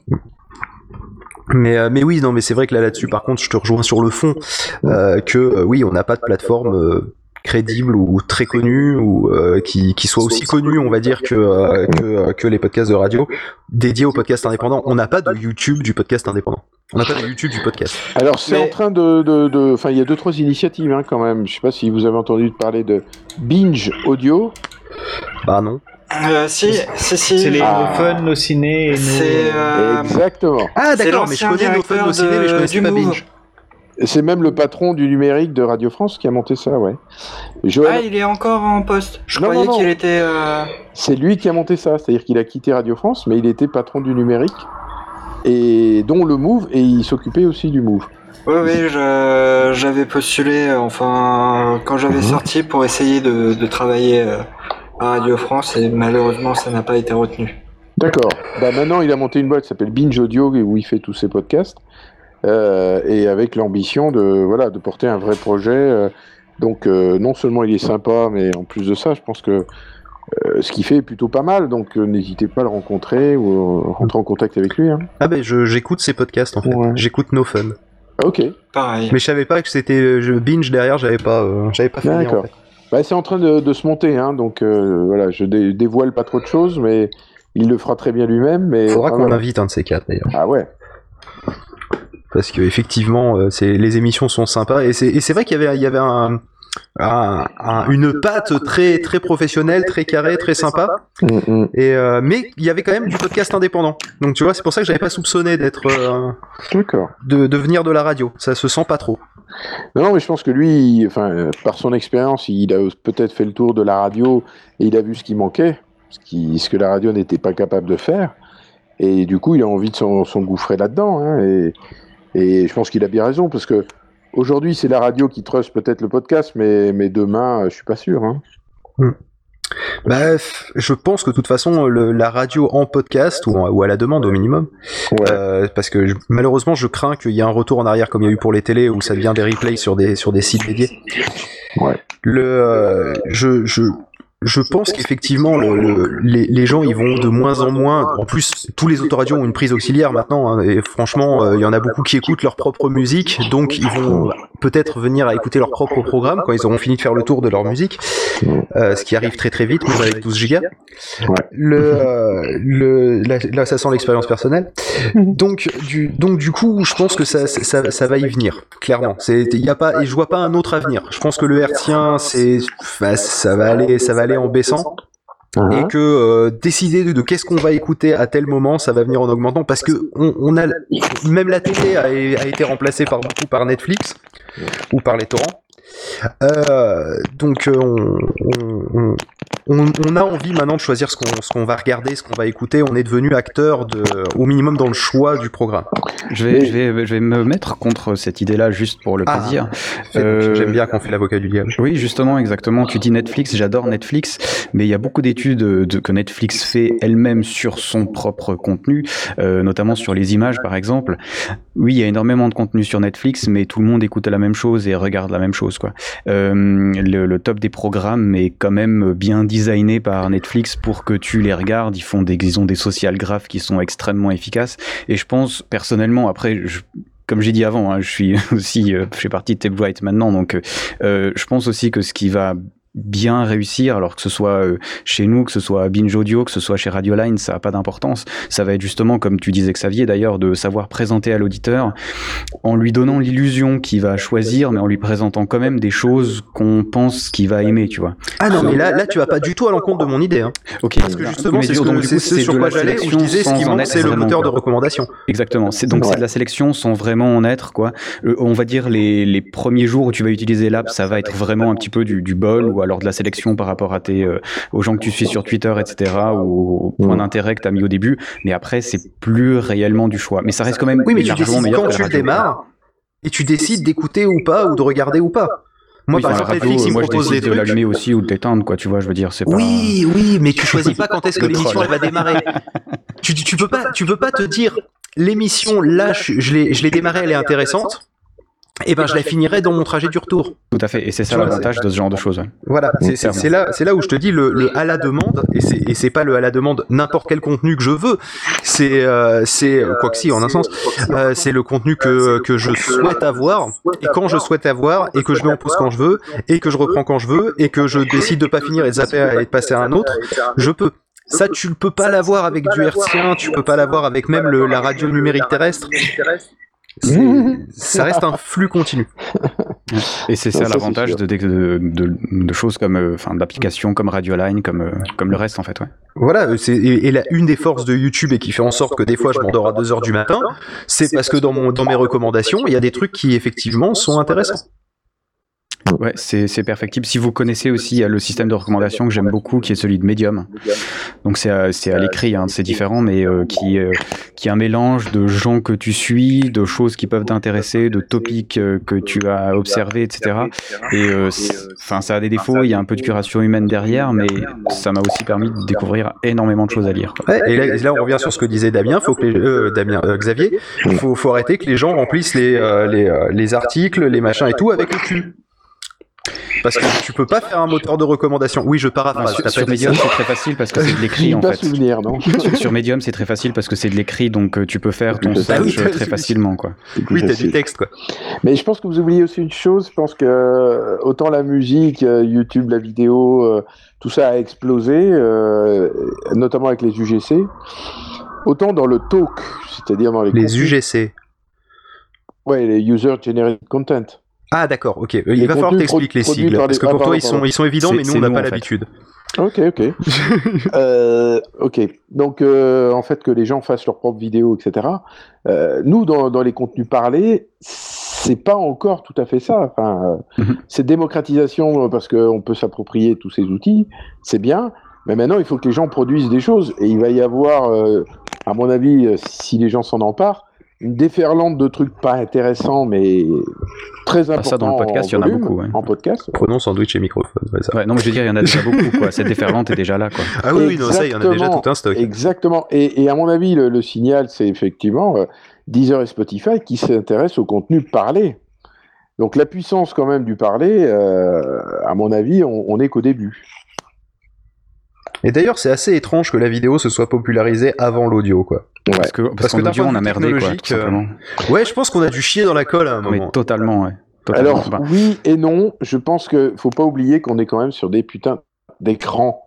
Mais oui, non, mais c'est vrai que là-dessus, par contre, je te rejoins sur le fond oui, on n'a pas de plateforme crédible ou très connue ou qui soit aussi connue, on va dire, que les podcasts de radio dédiés aux podcasts indépendants. On n'a pas de YouTube du podcast indépendant. On n'a pas de YouTube du podcast. Alors c'est en train enfin il y a 2-3 initiatives quand même. Je sais pas si vous avez entendu parler de Binge Audio. Bah non. Si. C'est les NoFun, nos ciné et nos... Exactement. Ah d'accord, mais je connais NoFun, nos ciné, mais je connais pas Binge. C'est même le patron du numérique de Radio France qui a monté ça, ouais. Ah, il est encore en poste. Je croyais qu'il était... C'est lui qui a monté ça, c'est-à-dire qu'il a quitté Radio France, mais il était patron du numérique, et dont le Move, et il s'occupait aussi du Move. Oui, j'avais postulé, quand j'avais sorti pour essayer de travailler à Radio France, et malheureusement, ça n'a pas été retenu. D'accord. Bah maintenant, il a monté une boîte qui s'appelle Binge Audio, où il fait tous ses podcasts. Et avec l'ambition de porter un vrai projet. Donc non seulement il est sympa, mais en plus de ça, je pense que ce qu'il fait est plutôt pas mal. Donc n'hésitez pas à le rencontrer ou rentrer en contact avec lui. Hein. Ah ben j'écoute ses podcasts en fait. Ouais. J'écoute NoFun. Ok. Pareil. Mais je savais pas que c'était Binge derrière. J'avais pas fini. D'accord. En fait. Bah, c'est en train de se monter. Hein, donc voilà, je dévoile pas trop de choses, mais il le fera très bien lui-même. Mais faudra qu'on l'invite un de ces quatre d'ailleurs. Ah ouais. Parce que effectivement, les émissions sont sympas et c'est vrai qu'il y avait une patte très très professionnelle, très carrée, très sympa. Et mais il y avait quand même du podcast indépendant. Donc tu vois, c'est pour ça que j'avais pas soupçonné d'être de venir de la radio. Ça se sent pas trop. Non, mais je pense que lui, par son expérience, il a peut-être fait le tour de la radio et il a vu ce qui manquait, ce que la radio n'était pas capable de faire. Et du coup, il a envie de s'engouffrer là-dedans. Hein, et je pense qu'il a bien raison, parce que aujourd'hui, c'est la radio qui trust peut-être le podcast, mais demain, je suis pas sûr. Hein. Bref, je pense que de toute façon, la radio en podcast, ou à la demande au minimum, parce que malheureusement, je crains qu'il y ait un retour en arrière comme il y a eu pour les télés, où ça devient des replays sur des sites dédiés. Ouais. Je pense qu'effectivement, les gens ils vont de moins en moins. En plus, tous les autoradios ont une prise auxiliaire maintenant, hein, et franchement, il y en a beaucoup qui écoutent leur propre musique, donc ils vont peut-être venir à écouter leur propre programme quand ils auront fini de faire le tour de leur musique, ce qui arrive très très vite, même avec 12 gigas. Là, ça sent l'expérience personnelle. Donc du coup, je pense que ça va y venir, clairement. Il y a pas, et je vois pas un autre avenir. Je pense que le hertzien, ça va aller en baissant, et que décider de qu'est-ce qu'on va écouter à tel moment, ça va venir en augmentant, parce que on a même la télé a été remplacée beaucoup par Netflix ou par les torrents. Donc on a envie maintenant de choisir ce qu'on va regarder, ce qu'on va écouter. On est devenu acteur au minimum dans le choix du programme. Je vais me mettre contre cette idée-là juste pour le plaisir. J'aime bien qu'on fait l'avocat du diable. Oui, justement, exactement. Tu dis Netflix, j'adore Netflix, mais il y a beaucoup d'études que Netflix fait elle-même sur son propre contenu, notamment sur les images, par exemple. Oui, il y a énormément de contenu sur Netflix, mais tout le monde écoute la même chose et regarde la même chose, quoi. Le top des programmes est quand même bien designé par Netflix pour que tu les regardes. Ils ont des social graphes qui sont extrêmement efficaces, et je pense personnellement, après comme j'ai dit avant, hein, je suis aussi, je fais partie de Tape Right maintenant, donc je pense aussi que ce qui va bien réussir, alors que ce soit chez nous, que ce soit à Binge Audio, que ce soit chez Radioline, ça n'a pas d'importance. Ça va être justement, comme tu disais Xavier d'ailleurs, de savoir présenter à l'auditeur en lui donnant l'illusion qu'il va choisir, mais en lui présentant quand même des choses qu'on pense qu'il va aimer, tu vois. Ah non, mais là tu vas pas du tout à l'encontre de mon idée. Hein. Ok. Parce que justement, c'est ce sur quoi j'allais, où je disais ce qui manque, c'est le moteur de recommandation. Exactement. C'est de la sélection sans vraiment en être, quoi. On va dire les premiers jours où tu vas utiliser l'app, ça va être vraiment un petit peu du bol, ou alors de la sélection par rapport à aux gens que tu suis sur Twitter, etc., ou au point d'intérêt que tu as mis au début, mais après c'est plus réellement du choix, mais ça reste quand même mais tu décides quand tu le démarres et tu décides d'écouter ou pas, ou de regarder ou pas. Moi, par exemple, Netflix, il me propose des trucs. De l'allumer aussi ou de l'éteindre, quoi, tu vois, je veux dire, c'est pas... Oui, mais tu choisis pas quand est-ce que l'émission elle va démarrer. Tu peux pas te dire, l'émission, là, je l'ai démarrée, elle est intéressante, et ben je la finirai dans mon trajet du retour. Tout à fait, et c'est ça l'avantage de ce genre de choses. Voilà, c'est là où je te dis le à la demande, et c'est pas le à la demande n'importe quel contenu que je veux, c'est quoi que si en un sens, c'est le contenu que je souhaite avoir, et quand je souhaite avoir, et que je mets en pause quand je veux, et que je reprends quand je veux, et que je décide de pas finir et de zapper et de passer à un autre, je peux. Ça, tu ne peux pas l'avoir avec du hertzien, tu peux pas l'avoir avec même la radio numérique terrestre. Ça reste un flux continu. Et c'est ça l'avantage de choses comme, d'applications comme Radioline, comme le reste en fait, ouais. Voilà, une des forces de YouTube et qui fait en sorte que des fois je m'endors à 2h du matin, c'est parce que dans mes recommandations, il y a des trucs qui effectivement sont intéressants. Ouais, c'est perfectible. Si vous connaissez aussi, il y a le système de recommandation que j'aime beaucoup, qui est celui de Medium. Donc c'est à l'écrit, hein, c'est différent, mais qui est un mélange de gens que tu suis, de choses qui peuvent t'intéresser, de topics que tu as observés, etc. Et ça a des défauts. Il y a un peu de curation humaine derrière, mais ça m'a aussi permis de découvrir énormément de choses à lire. Ouais, et là on revient sur ce que disait Damien. Faut que Xavier, faut arrêter que les gens remplissent les articles, les machins et tout avec le cul. Parce que tu peux pas faire un moteur de recommandation. Oui, je paraphrase. Sur Medium, c'est très facile parce que c'est de l'écrit en fait. Souvenir, non sur Medium, c'est très facile parce que c'est de l'écrit, donc tu peux faire ton search très facilement, quoi. Oui, t'as du texte, quoi. Mais je pense que vous oubliez aussi une chose. Je pense que autant la musique, YouTube, la vidéo, tout ça a explosé, notamment avec les UGC. Autant dans le talk, c'est-à-dire dans les UGC. Ouais, les User Generated Content. Ah d'accord, ok. Il va falloir que t'expliques les sigles, parce que pour toi ils sont évidents, mais nous on n'a pas l'habitude. Ok. Ok. Donc en fait que les gens fassent leurs propres vidéos, etc. Nous dans les contenus parlés, c'est pas encore tout à fait ça. Enfin, cette démocratisation parce qu'on peut s'approprier tous ces outils, c'est bien. Mais maintenant il faut que les gens produisent des choses et il va y avoir, à mon avis, si les gens s'en emparent, une déferlante de trucs pas intéressants, mais très importants. Ça, dans le podcast, il y en a beaucoup. Ouais. En podcast. Prenons sandwich et microphone. Ouais, non, mais je veux dire, il y en a déjà beaucoup, quoi. Cette déferlante est déjà là, quoi. Ah oui, non, ça, il y en a déjà tout un stock. Exactement. Et à mon avis, le signal, c'est effectivement Deezer et Spotify qui s'intéressent au contenu parlé. Donc la puissance, quand même, du parler, à mon avis, on n'est qu'au début. Et d'ailleurs, c'est assez étrange que la vidéo se soit popularisée avant l'audio, quoi. Ouais. Parce qu'en audio, on a merdé, quoi, tout simplement. Ouais, je pense qu'on a dû chier dans la colle à un moment. Mais totalement, ouais. Alors, oui et non, je pense qu'il faut pas oublier qu'on est quand même sur des putains d'écrans.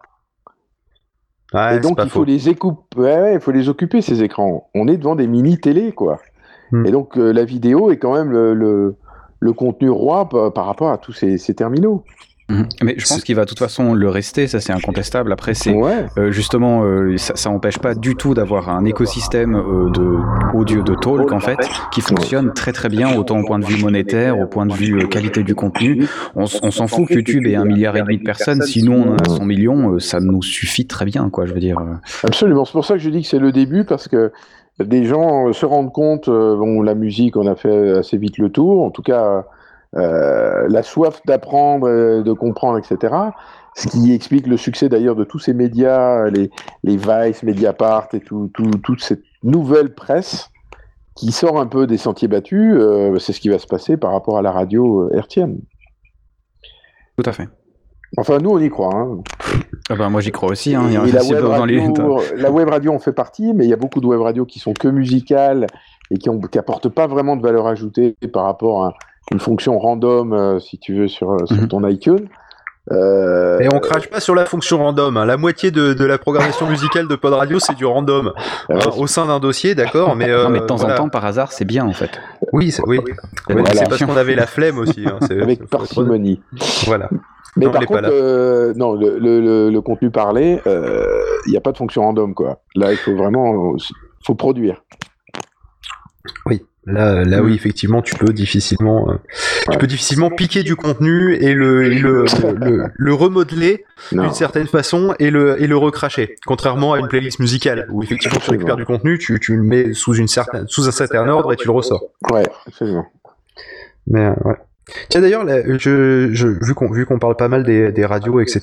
Ouais, et donc, il faut il faut les occuper, ces écrans. On est devant des mini-télé, quoi. Et donc, la vidéo est quand même le contenu roi par rapport à tous ces terminaux. Mais je pense qu'il va de toute façon le rester, ça c'est incontestable. Après, c'est justement, ça n'empêche pas du tout d'avoir un écosystème audio de talk en fait, qui fonctionne très très bien, autant au point de vue monétaire, au point de vue qualité du contenu. On s'en fout que YouTube ait 1,5 milliard de personnes, si nous on a 100 millions, ça nous suffit très bien, quoi, je veux dire. Absolument, c'est pour ça que je dis que c'est le début, parce que des gens se rendent compte, la musique, on a fait assez vite le tour, en tout cas... la soif d'apprendre, de comprendre, etc. Ce qui explique le succès d'ailleurs de tous ces médias, les Vice, Mediapart et toute cette nouvelle presse qui sort un peu des sentiers battus. C'est ce qui va se passer par rapport à la radio hertzienne. Tout à fait. Enfin, nous, on y croit. Hein. Ah ben, moi, j'y crois aussi. Hein. Et la web radio, on fait partie, mais il y a beaucoup de web radios qui sont que musicales et qui apportent pas vraiment de valeur ajoutée par rapport à une fonction random, si tu veux, sur ton iTunes. Et on crache pas sur la fonction random. Hein. La moitié de la programmation musicale de Pod Radio, c'est du random. Au sein d'un dossier, d'accord. Mais, non, mais de temps en temps, par hasard, c'est bien en fait. Oui, oui. Voilà. C'est parce qu'on avait la flemme aussi. Hein. Avec parcimonie. Voilà. Mais par contre, non, le contenu parlé, il n'y a pas de fonction random, quoi. Là, il faut vraiment produire. Oui. Là, oui, effectivement, tu peux difficilement piquer du contenu et le remodeler d'une certaine façon et le recracher. Contrairement à une playlist musicale où effectivement tu récupères du contenu, tu le mets sous un certain ordre et tu le ressors. Ouais, absolument. Mais ouais. Tiens d'ailleurs, vu qu'on parle pas mal des radios, etc.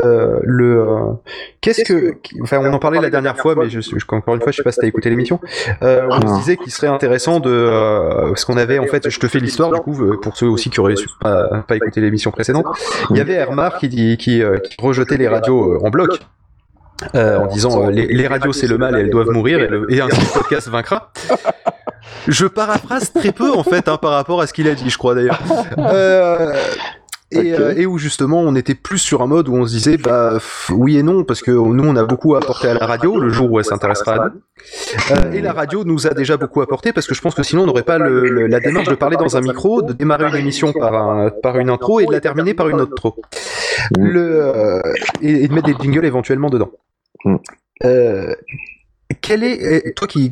On en parlait la dernière fois, mais encore une fois, je sais pas si t'as écouté l'émission. On se disait qu'il serait intéressant parce qu'on avait en fait, je te fais l'histoire du coup pour ceux aussi qui auraient pas écouté l'émission précédente. Il y avait Hermar qui rejetait les radios en bloc. En disant les radios c'est le mal et elles doivent mourir et ainsi le podcast vaincra. Je paraphrase très peu en fait par rapport à ce qu'il a dit, je crois d'ailleurs. Et où justement on était plus sur un mode où on se disait oui et non parce que nous on a beaucoup apporté à la radio le jour où elle s'intéressera à nous. Et la radio nous a déjà beaucoup apporté parce que je pense que sinon on n'aurait pas la démarche de parler dans un micro, de démarrer une émission par une intro et de la terminer par une outro. Et de mettre des jingles éventuellement dedans. Quel est toi qui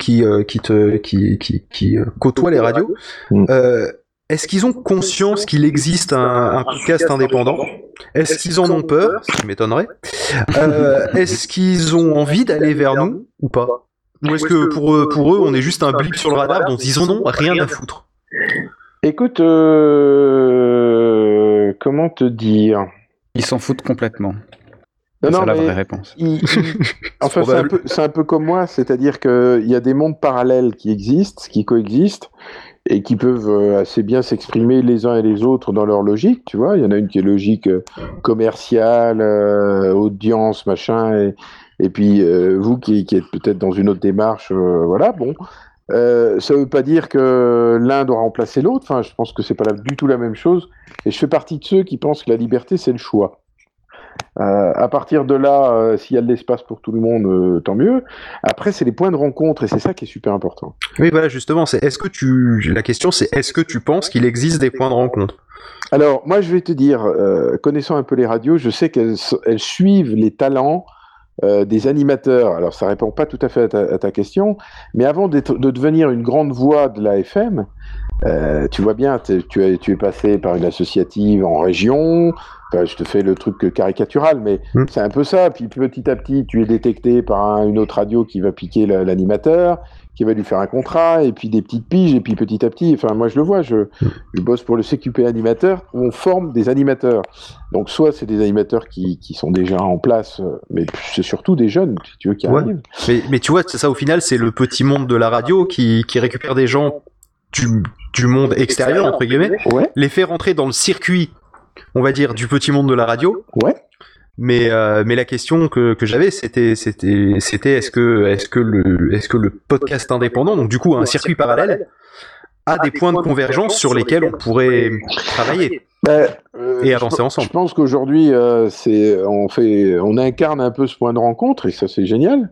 côtoie les radios, est-ce qu'ils ont conscience qu'il existe un podcast indépendant? Est-ce qu'ils en ont peur? Ce qui m'étonnerait. Est-ce qu'ils ont envie d'aller vers nous ou pas? Ou est-ce que pour eux on est juste un blip sur le radar dont ils en ont rien à foutre? Écoute, comment te dire? Ils s'en foutent complètement. Non, c'est la vraie réponse. Enfin, c'est un peu comme moi, c'est-à-dire qu'il y a des mondes parallèles qui existent, qui coexistent, et qui peuvent assez bien s'exprimer les uns et les autres dans leur logique, tu vois. Il y en a une qui est logique commerciale, audience, machin, et puis vous qui êtes peut-être dans une autre démarche, voilà, bon. Ça veut pas dire que l'un doit remplacer l'autre, enfin, je pense que c'est pas du tout la même chose, et je fais partie de ceux qui pensent que la liberté, c'est le choix. À partir de là, s'il y a de l'espace pour tout le monde, tant mieux. Après, c'est les points de rencontre et c'est ça qui est super important. Oui, voilà, justement, la question c'est est-ce que tu penses qu'il existe des points de rencontre? Alors, moi, je vais te dire, connaissant un peu les radios, je sais qu'elles suivent les talents des animateurs. Alors, ça répond pas tout à fait à ta question, mais avant de devenir une grande voix de la FM, tu vois bien, tu es passé par une associative en région. Enfin, je te fais le truc caricatural, mais c'est un peu ça. Puis petit à petit, tu es détecté par une autre radio qui va piquer l'animateur, qui va lui faire un contrat, et puis des petites piges, et puis petit à petit, enfin moi je le vois, je bosse pour le CQP animateur, où on forme des animateurs. Donc soit c'est des animateurs qui sont déjà en place, mais c'est surtout des jeunes, si tu veux, qui arrivent. Mais tu vois, c'est ça au final, c'est le petit monde de la radio qui récupère des gens du monde extérieur, entre guillemets, les fait rentrer dans le circuit, on va dire, du petit monde de la radio. Ouais. Mais la question que j'avais, c'était est-ce que le podcast indépendant, donc du coup un circuit parallèle, a des points de convergence sur lesquels on pourrait travailler et avancer ensemble. Je pense qu'aujourd'hui, on incarne un peu ce point de rencontre et ça c'est génial.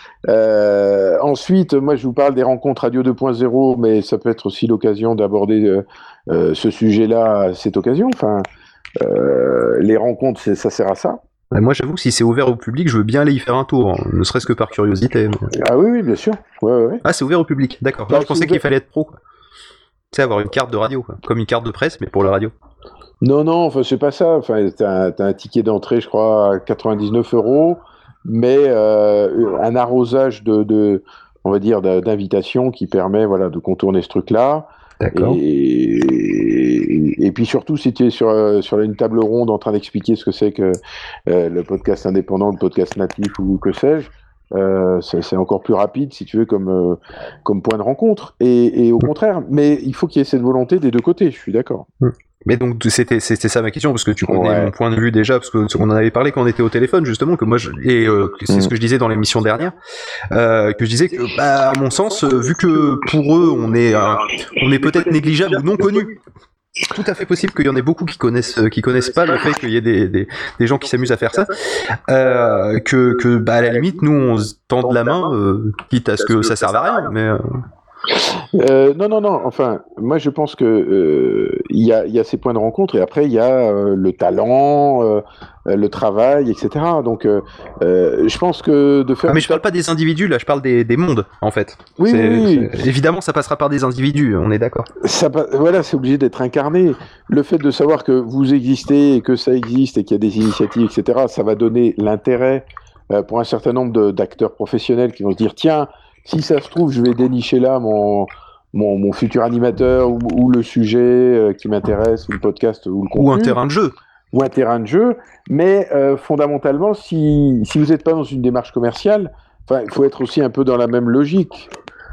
Ensuite, moi je vous parle des rencontres Radio 2.0, mais ça peut être aussi l'occasion d'aborder ce sujet-là à cette occasion. Enfin, les rencontres, ça sert à ça. Moi j'avoue que si c'est ouvert au public, je veux bien aller y faire un tour, hein, ne serait-ce que par curiosité. Ah oui, bien sûr. Ouais. Ah, c'est ouvert au public, d'accord. Je pensais qu'il fallait être pro, quoi. Tu sais, avoir une carte de radio, quoi. Comme une carte de presse, mais pour la radio. Non, enfin c'est pas ça. Enfin, t'as un ticket d'entrée, je crois, à 99 €, mais un arrosage on va dire, d'invitation qui permet, voilà, de contourner ce truc-là. D'accord. Et puis surtout, si tu es sur une table ronde en train d'expliquer ce que c'est que le podcast indépendant, le podcast natif ou que sais-je, c'est encore plus rapide, si tu veux, comme point de rencontre. Et au contraire, mais il faut qu'il y ait cette volonté des deux côtés, je suis d'accord. Mais donc c'était ça ma question, parce que tu connais mon point de vue déjà, parce qu'on en avait parlé quand on était au téléphone justement, que moi c'est ce que je disais dans l'émission dernière, que je disais que à mon sens, vu que pour eux on est peut-être négligeable ou non connu, tout à fait possible qu'il y en ait beaucoup qui connaissent pas le fait qu'il y ait des gens qui s'amusent à faire ça, que à la limite nous on se tende la main, quitte à ce que ça serve à rien, mais non. Enfin, moi je pense que il y a ces points de rencontre et après il y a le talent, le travail, etc. Donc, je pense que de faire. Mais je parle pas des individus là, je parle des mondes en fait. Oui. Évidemment, ça passera par des individus, on est d'accord. Voilà, c'est obligé d'être incarné. Le fait de savoir que vous existez et que ça existe et qu'il y a des initiatives, etc. Ça va donner l'intérêt pour un certain nombre d'acteurs professionnels qui vont se dire tiens. Si ça se trouve, je vais dénicher là mon futur animateur ou le sujet qui m'intéresse, ou le podcast, ou le contenu. Ou un terrain de jeu. Ou un terrain de jeu. Mais fondamentalement, si vous n'êtes pas dans une démarche commerciale, il faut être aussi un peu dans la même logique.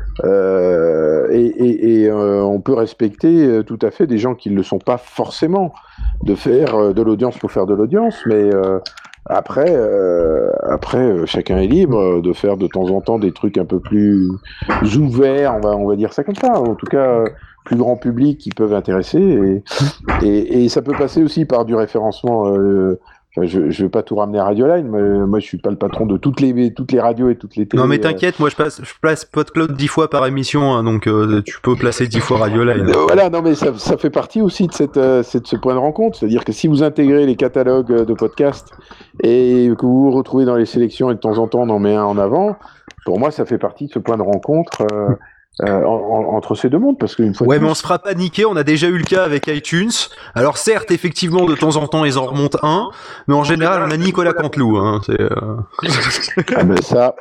On peut respecter tout à fait des gens qui ne le sont pas forcément, de faire de l'audience pour faire de l'audience, mais... Après, chacun est libre de faire de temps en temps des trucs un peu plus ouverts, on va dire ça comme ça, en tout cas plus grand public qui peuvent intéresser et ça peut passer aussi par du référencement. Je vais pas tout ramener à Radioline, mais moi je suis pas le patron de toutes les radios et toutes les télé. Non mais t'inquiète, moi je place PodCloud 10 fois par émission, hein, donc tu peux placer 10 fois Radioline. Voilà, non mais ça fait partie aussi de ce point de rencontre, c'est-à-dire que si vous intégrez les catalogues de podcasts et que vous vous retrouvez dans les sélections et de temps en temps on en met un en avant, pour moi ça fait partie de ce point de rencontre entre ces deux mondes, parce qu'une fois. Ouais, mais on se fera paniquer, on a déjà eu le cas avec iTunes. Alors certes, effectivement, de temps en temps, ils en remontent un, mais en général, on a Nicolas Canteloup. Hein, Ah ben ça.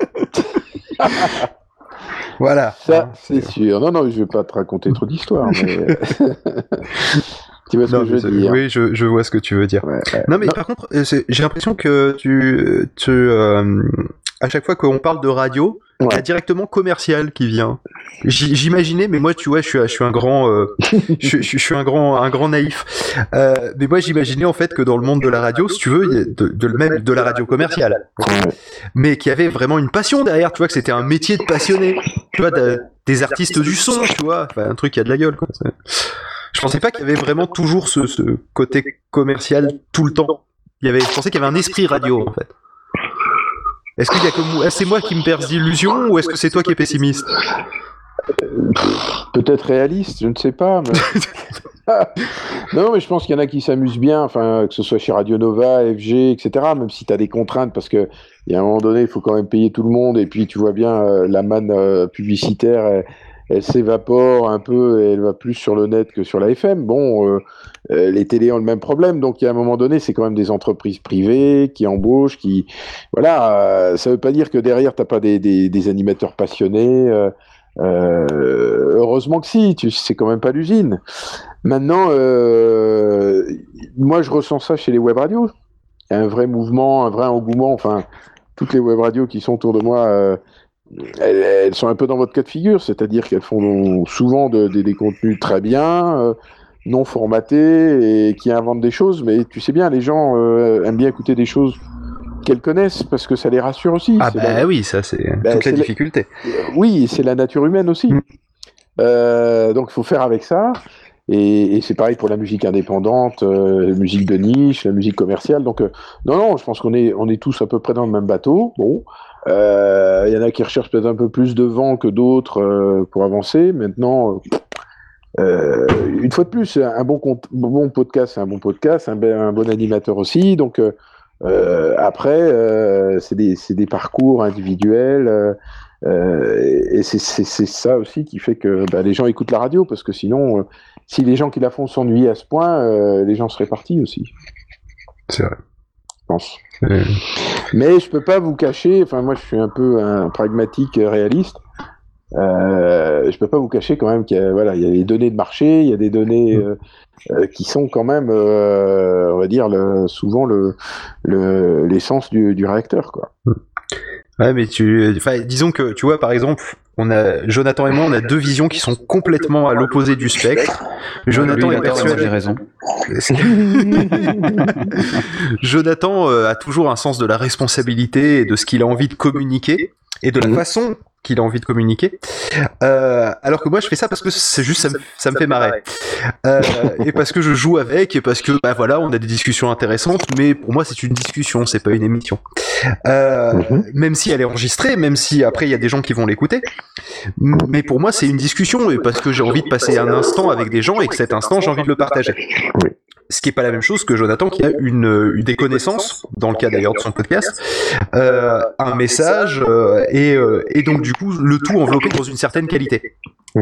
Voilà. Ça, c'est sûr. Non, je vais pas te raconter trop d'histoires, mais. Tu vois ce que je veux dire. Oui, je vois ce que tu veux dire. Ouais. Non, mais par contre, j'ai l'impression que à chaque fois qu'on parle de radio, il y a directement commercial qui vient. J'imaginais, mais moi, tu vois, je suis un grand, je suis un grand naïf. Mais moi, j'imaginais en fait que dans le monde de la radio, si tu veux, même de la radio commerciale, mais qu'il y avait vraiment une passion derrière. Tu vois, que c'était un métier de passionné. Tu vois, des artistes du son, tu vois, un truc qui a de la gueule, quoi. Je pensais pas qu'il y avait vraiment toujours ce côté commercial tout le temps. Je pensais qu'il y avait un esprit radio, en fait. Est-ce qu'il y a comme c'est moi qui me perds d'illusions ou est-ce que c'est toi qui es pessimiste? Peut-être réaliste, je ne sais pas. Mais... non, mais je pense qu'il y en a qui s'amusent bien, que ce soit chez Radio Nova, FG, etc. Même si tu as des contraintes, parce que il y a un moment donné, il faut quand même payer tout le monde. Et puis tu vois bien la manne publicitaire. Elle s'évapore un peu et elle va plus sur le net que sur la FM. Bon, les télés ont le même problème, donc il y a un moment donné, c'est quand même des entreprises privées qui embauchent, voilà, ça veut pas dire que derrière t'as pas des animateurs passionnés. Heureusement que si, c'est quand même pas l'usine. Maintenant, moi je ressens ça chez les web radios. Il y a un vrai mouvement, un vrai engouement. Toutes les web radios qui sont autour de moi. Elles sont un peu dans votre cas de figure, c'est-à-dire qu'elles font souvent des contenus très bien, non formatés et qui inventent des choses, mais tu sais bien, les gens aiment bien écouter des choses qu'elles connaissent parce que ça les rassure aussi. Ah oui, ça c'est toute la difficulté. Oui, c'est la nature humaine aussi. Donc il faut faire avec ça. Et c'est pareil pour la musique indépendante, la musique de niche, la musique commerciale. Donc non, je pense qu'on est tous à peu près dans le même bateau. Bon. Il y en a qui recherchent peut-être un peu plus de vent que d'autres pour avancer. Maintenant, une fois de plus, un bon podcast, c'est un bon podcast, un bon animateur aussi. Donc après, c'est des parcours individuels. Et c'est ça aussi qui fait que les gens écoutent la radio, parce que sinon, si les gens qui la font s'ennuient à ce point, les gens seraient partis aussi. C'est vrai. Je pense. Mais je peux pas vous cacher, moi je suis un peu un pragmatique réaliste, je peux pas vous cacher quand même qu'il y a des données de marché, il y a des données qui sont quand même, on va dire, souvent l'essence du réacteur, quoi. Ouais, mais disons que, tu vois, par exemple, Jonathan et moi, on a deux visions qui sont complètement à l'opposé du spectre. Jonathan est persuadé. J'ai raison. Jonathan a toujours un sens de la responsabilité et de ce qu'il a envie de communiquer et de la façon qu'il a envie de communiquer. Alors que moi, je fais ça parce que c'est juste ça me fait marrer. Et parce que je joue avec, et parce que bah voilà, on a des discussions intéressantes, mais pour moi, c'est une discussion, c'est pas une émission. Même si elle est enregistrée, même si après il y a des gens qui vont l'écouter, mais pour moi, c'est une discussion, et parce que j'ai envie de passer un instant avec des gens et que cet instant, j'ai envie de le partager. Ce qui est pas la même chose que Jonathan qui a des connaissances, dans le cas d'ailleurs de son podcast, un message, et donc du coup le tout enveloppé dans une certaine qualité.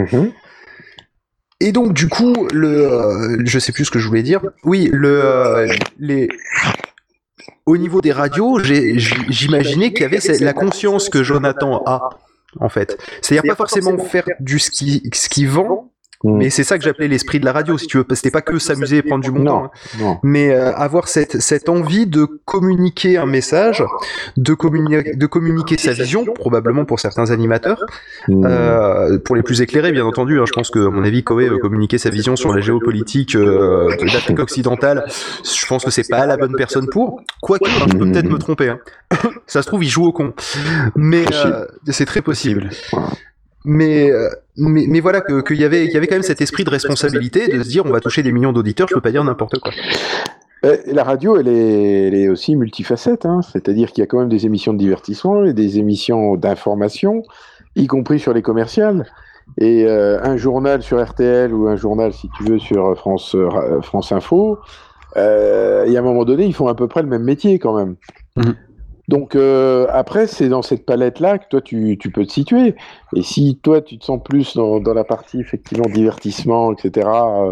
Et donc du coup je sais plus ce que je voulais dire. Oui, au niveau des radios, j'imaginais qu'il y avait la conscience que Jonathan a, en fait. C'est-à-dire pas forcément faire ce qui vend. Mais c'est ça que j'appelais l'esprit de la radio, si tu veux. C'était pas que s'amuser et prendre du bon temps, hein. Mais avoir cette envie de communiquer un message, de communiquer sa vision, probablement pour certains animateurs, pour les plus éclairés, bien entendu. Hein, je pense que, à mon avis, Koé communiquer sa vision sur la géopolitique de l'Afrique occidentale, je pense que c'est pas la bonne personne pour. Quoique, je peux peut-être me tromper. Hein. Ça se trouve, il joue au con. Mais c'est très possible. Mais voilà, qu'il y avait quand même cet esprit de responsabilité, de se dire on va toucher des millions d'auditeurs, je peux pas dire n'importe quoi. La radio, elle est aussi multifacette, hein. C'est-à-dire qu'il y a quand même des émissions de divertissement et des émissions d'information, y compris sur les commerciales. Et un journal sur RTL ou un journal, si tu veux, sur France Info, il y a un moment donné, ils font à peu près le même métier quand même. Donc après, c'est dans cette palette-là que toi, tu peux te situer. Et si toi, tu te sens plus dans la partie, effectivement, divertissement, etc.,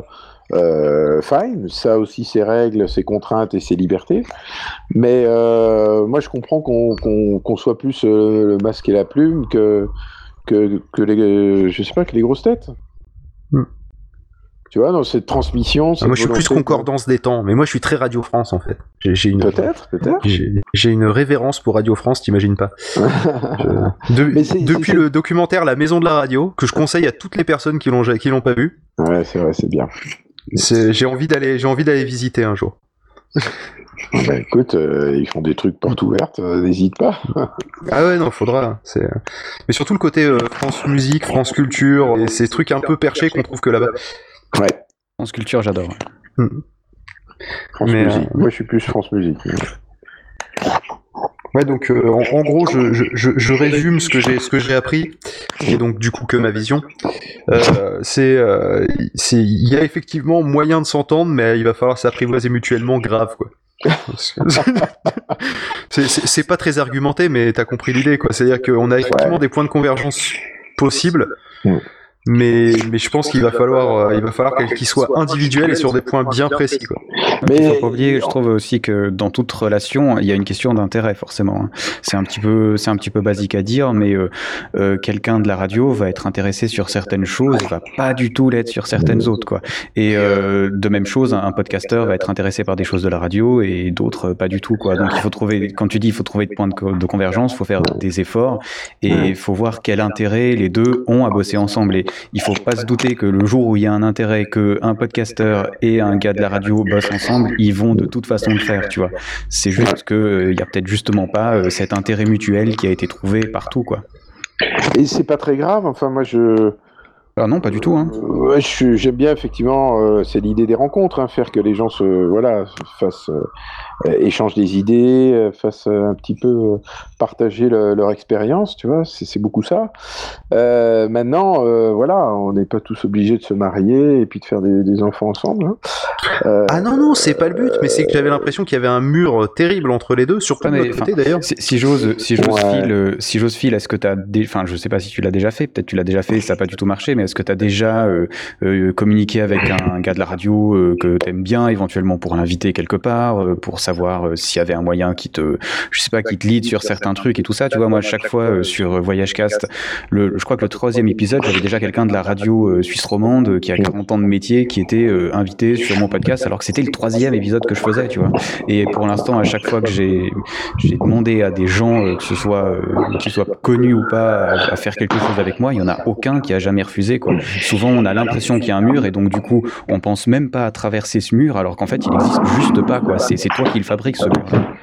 fine, ça aussi, ses règles, ses contraintes et ses libertés. Mais moi, je comprends qu'on soit plus le masque et la plume que les, je sais pas, que les grosses têtes. Tu vois, dans cette transmission. Moi, je suis plus concordance des temps, mais moi, je suis très Radio France, en fait. Peut-être. J'ai une révérence pour Radio France, t'imagines pas. Depuis le documentaire La Maison de la Radio, que je conseille à toutes les personnes qui l'ont pas vu. Ouais, c'est vrai, c'est bien. J'ai envie d'aller visiter un jour. Bah écoute, ils font des trucs portes ouvertes, n'hésite pas. Ah ouais, non, faudra. Mais surtout le côté France Musique, France Culture, et ces trucs un peu perchés qu'on trouve que là-bas. Ouais. France Culture, j'adore. France Musique. Moi, je suis plus France Musique. Ouais, donc en gros, je résume ce que j'ai appris, et donc du coup que ma vision. Il y a effectivement moyen de s'entendre, mais il va falloir s'apprivoiser mutuellement grave, quoi. C'est pas très argumenté, mais t'as compris l'idée, quoi. C'est-à-dire qu'on a effectivement des points de convergence possibles. Mais je pense qu'il va falloir qu'il soit individuel et sur des points bien précis, quoi. Mais il faut pas oublier, je trouve aussi que dans toute relation, il y a une question d'intérêt, forcément. C'est un petit peu basique à dire, mais quelqu'un de la radio va être intéressé sur certaines choses, va pas du tout l'être sur certaines autres, quoi. Et de même chose, un podcasteur va être intéressé par des choses de la radio et d'autres pas du tout, quoi. Donc il faut trouver, quand tu dis il faut trouver des points de convergence, il faut faire des efforts et il faut voir quel intérêt les deux ont à bosser ensemble. Et il faut pas se douter que le jour où il y a un intérêt que un podcasteur et un gars de la radio bossent ensemble, ils vont de toute façon le faire, tu vois. C'est juste que il y a peut-être justement pas cet intérêt mutuel qui a été trouvé partout, quoi. Et c'est pas très grave. Enfin, moi, Ah non, pas du tout. Hein. J'aime bien, effectivement, c'est l'idée des rencontres, hein, faire que les gens fassent échangent des idées, fassent un petit peu partager leur expérience, tu vois, c'est beaucoup ça. Maintenant, voilà, on n'est pas tous obligés de se marier et puis de faire des enfants ensemble. Hein. Ah non, c'est pas le but, mais c'est que j'avais l'impression qu'il y avait un mur terrible entre les deux, surtout de l'autre côté d'ailleurs. Si j'ose file, est-ce que t'as enfin, je sais pas si tu l'as déjà fait, peut-être tu l'as déjà fait, ça n'a pas du tout marché, mais est-ce que tu as déjà communiqué avec un gars de la radio que tu aimes bien, éventuellement pour l'inviter quelque part, pour savoir s'il y avait un moyen qui te lead sur certains trucs et tout ça, tu vois. Moi, chaque fois sur VoyageCast, je crois que le 3e épisode, j'avais déjà quelqu'un de la radio suisse romande qui a 40 ans de métier qui était invité sur mon podcast, alors que c'était le 3e épisode que je faisais, tu vois. Et pour l'instant, à chaque fois que j'ai demandé à des gens, que ce soit qu'ils soient connus ou pas, à faire quelque chose avec moi, il y en a aucun qui a jamais refusé, quoi. Souvent, on a l'impression qu'il y a un mur et donc du coup, on pense même pas à traverser ce mur, alors qu'en fait, il existe juste pas, quoi. C'est toi qui le fabriques, ce mur.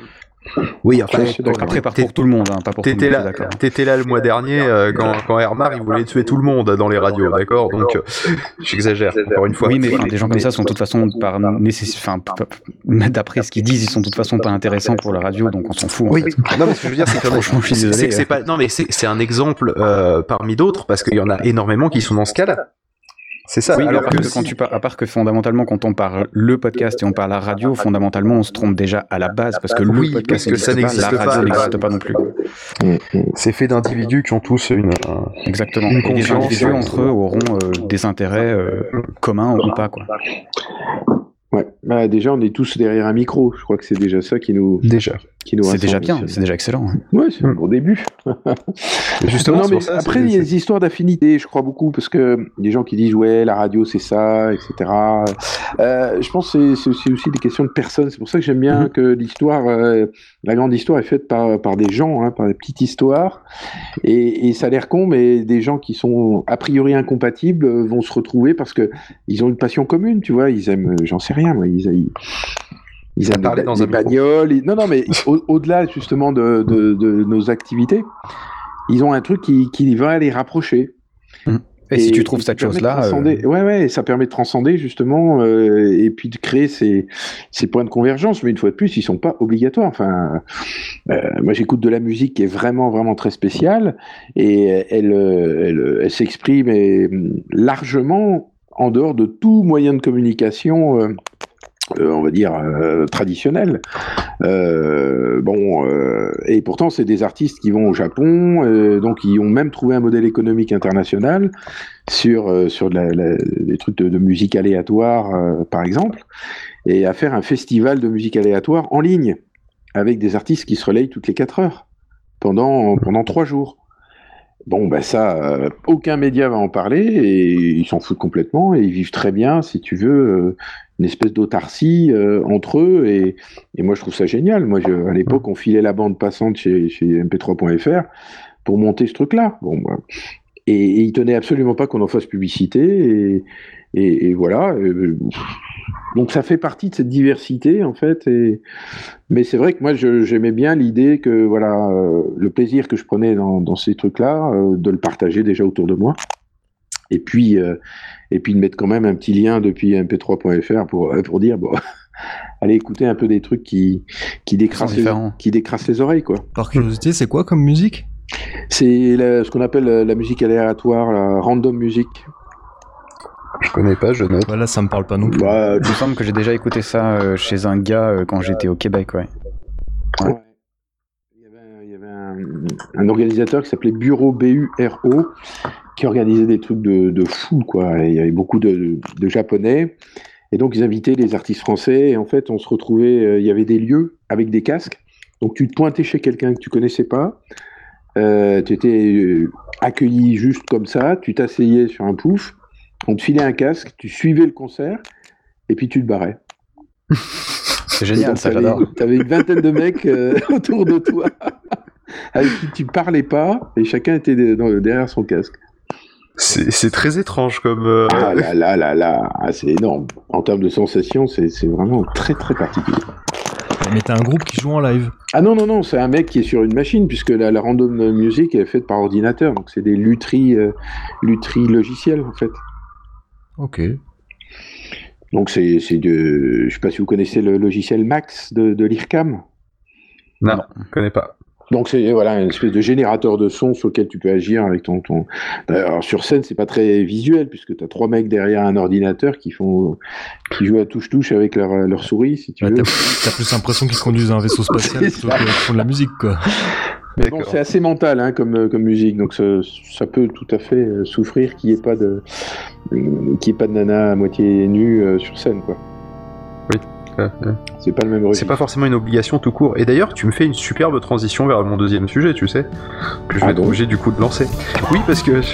Oui, enfin, après, pas pour tout le monde, hein, pas pour tout le monde. D'accord. T'étais là le mois dernier quand Hermar il voulait tuer tout le monde dans les radios, d'accord? Donc j'exagère encore une fois. Oui, mais des gens comme ça sont de toute façon d'après ce qu'ils disent, ils sont de toute façon pas intéressants pour la radio, donc on s'en fout. En fait. Non, mais ce que je veux dire, c'est que franchement, je suis désolé. C'est pas. Non, mais c'est un exemple parmi d'autres parce qu'il y en a énormément qui sont dans ce cas-là. C'est ça. Oui, alors à part que fondamentalement, quand on parle le podcast et on parle la radio, fondamentalement, on se trompe déjà à la base parce que le podcast n'existe pas, la radio n'existe pas non plus. C'est fait d'individus qui ont tous une. Exactement. Et des individus entre eux auront des intérêts communs ou pas, quoi. Ouais, bah déjà on est tous derrière un micro, je crois que c'est déjà ça qui nous c'est déjà bien, c'est déjà excellent. Ouais, c'est un bon début. Justement, non, mais ça, après il y a des histoires d'affinité, je crois beaucoup, parce que des gens qui disent ouais la radio c'est ça, etc. Je pense que c'est aussi des questions de personnes, c'est pour ça que j'aime bien que l'histoire, la grande histoire est faite par des gens, hein, par des petites histoires, et ça a l'air con, mais des gens qui sont a priori incompatibles vont se retrouver parce que ils ont une passion commune, tu vois, ils aiment, j'en sais rien, moi, ils aiment parler dans les bagnoles. Non, mais au-delà justement de nos activités, ils ont un truc qui va les rapprocher. Et si tu trouves cette chose-là, ouais, ça permet de transcender justement et puis de créer ces points de convergence. Mais une fois de plus, ils sont pas obligatoires. Enfin, moi, j'écoute de la musique qui est vraiment, vraiment très spéciale et elle s'exprime largement en dehors de tout moyen de communication. On va dire traditionnel. Et pourtant c'est des artistes qui vont au Japon, donc ils ont même trouvé un modèle économique international sur des trucs de musique aléatoire, par exemple, et à faire un festival de musique aléatoire en ligne avec des artistes qui se relayent toutes les 4 heures pendant 3 jours. Bon, ben ça, aucun média va en parler et ils s'en foutent complètement et ils vivent très bien, si tu veux, une espèce d'autarcie entre eux et moi je trouve ça génial. Moi, à l'époque, on filait la bande passante chez mp3.fr pour monter ce truc-là. Bon, bah, et ils tenaient absolument pas qu'on en fasse publicité et voilà. Donc ça fait partie de cette diversité en fait. Mais c'est vrai que moi j'aimais bien l'idée que voilà le plaisir que je prenais dans ces trucs-là, de le partager déjà autour de moi. Et puis de mettre quand même un petit lien depuis mp3.fr pour dire bon allez écouter un peu des trucs qui décrassent les oreilles quoi. Par curiosité, c'est quoi comme musique? C'est ce qu'on appelle la musique aléatoire, la random music. Je connais pas, je note. Voilà, ça me parle pas non plus. Bah, il me semble que j'ai déjà écouté ça chez un gars quand j'étais au Québec, ouais. Il y avait un organisateur qui s'appelait Bureau BURO qui organisait des trucs de fou, quoi. Et il y avait beaucoup de Japonais. Et donc, ils invitaient les artistes français. Et en fait, on se retrouvait, il y avait des lieux avec des casques. Donc, tu te pointais chez quelqu'un que tu connaissais pas. Tu étais accueilli juste comme ça. Tu t'asseyais sur un pouf. On te filait un casque, tu suivais le concert, et puis tu te barrais. C'est génial, ça, j'adore. T'avais une vingtaine de mecs autour de toi, avec qui tu parlais pas, et chacun était derrière son casque. C'est très étrange comme... Ah là, c'est énorme. En termes de sensations, c'est vraiment très très particulier. Mais t'as un groupe qui joue en live? Ah non, c'est un mec qui est sur une machine, puisque la random music est faite par ordinateur, donc c'est des lutheries logicielles, en fait. Ok. Donc je sais pas si vous connaissez le logiciel Max de l'IRCAM. Non, je connais pas. Donc c'est une espèce de générateur de son sur lequel tu peux agir avec ton. Alors sur scène c'est pas très visuel puisque t'as 3 mecs derrière un ordinateur qui jouent à touche-touche avec leur souris si tu veux. T'as plus l'impression qu'ils conduisent un vaisseau spatial plutôt qu'ils font de la musique quoi. Mais bon, c'est assez mental hein, comme musique, donc ça peut tout à fait souffrir qu'il n'y ait pas de nana à moitié nue sur scène, quoi. Oui. C'est pas le même registre. C'est pas forcément une obligation tout court. Et d'ailleurs, tu me fais une superbe transition vers mon deuxième sujet, tu sais, que je vais être obligé du coup de lancer. Oui, parce que...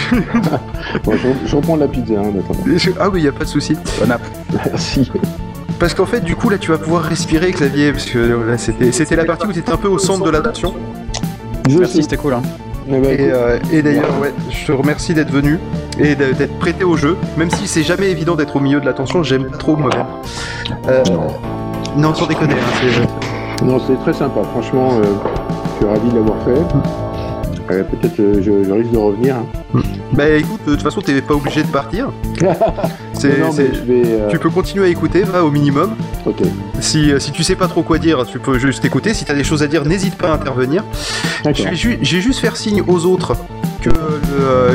Bon, je reprends la pizza, hein, Ah oui, y a pas de souci. Bon app. Merci. Parce qu'en fait, du coup, là, tu vas pouvoir respirer, Xavier, parce que là, c'était la partie où tu étais un peu au centre de l'attention. Merci, c'était cool. Hein. Et d'ailleurs, ouais, je te remercie d'être venu et d'être prêté au jeu, même si c'est jamais évident d'être au milieu de l'attention, j'aime trop moi-même. Non, sans déconner, hein, Non, c'était très sympa. Franchement, je suis ravi de l'avoir fait. Peut-être je risque de revenir. Bah écoute, de toute façon, t'es pas obligé de partir. Tu peux continuer à écouter, va, au minimum. Ok. Si tu sais pas trop quoi dire, tu peux juste écouter. Si t'as des choses à dire, n'hésite pas à intervenir. Je vais juste faire signe aux autres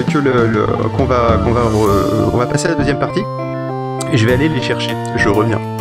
qu'on va passer à la deuxième partie. Et je vais aller les chercher. Je reviens.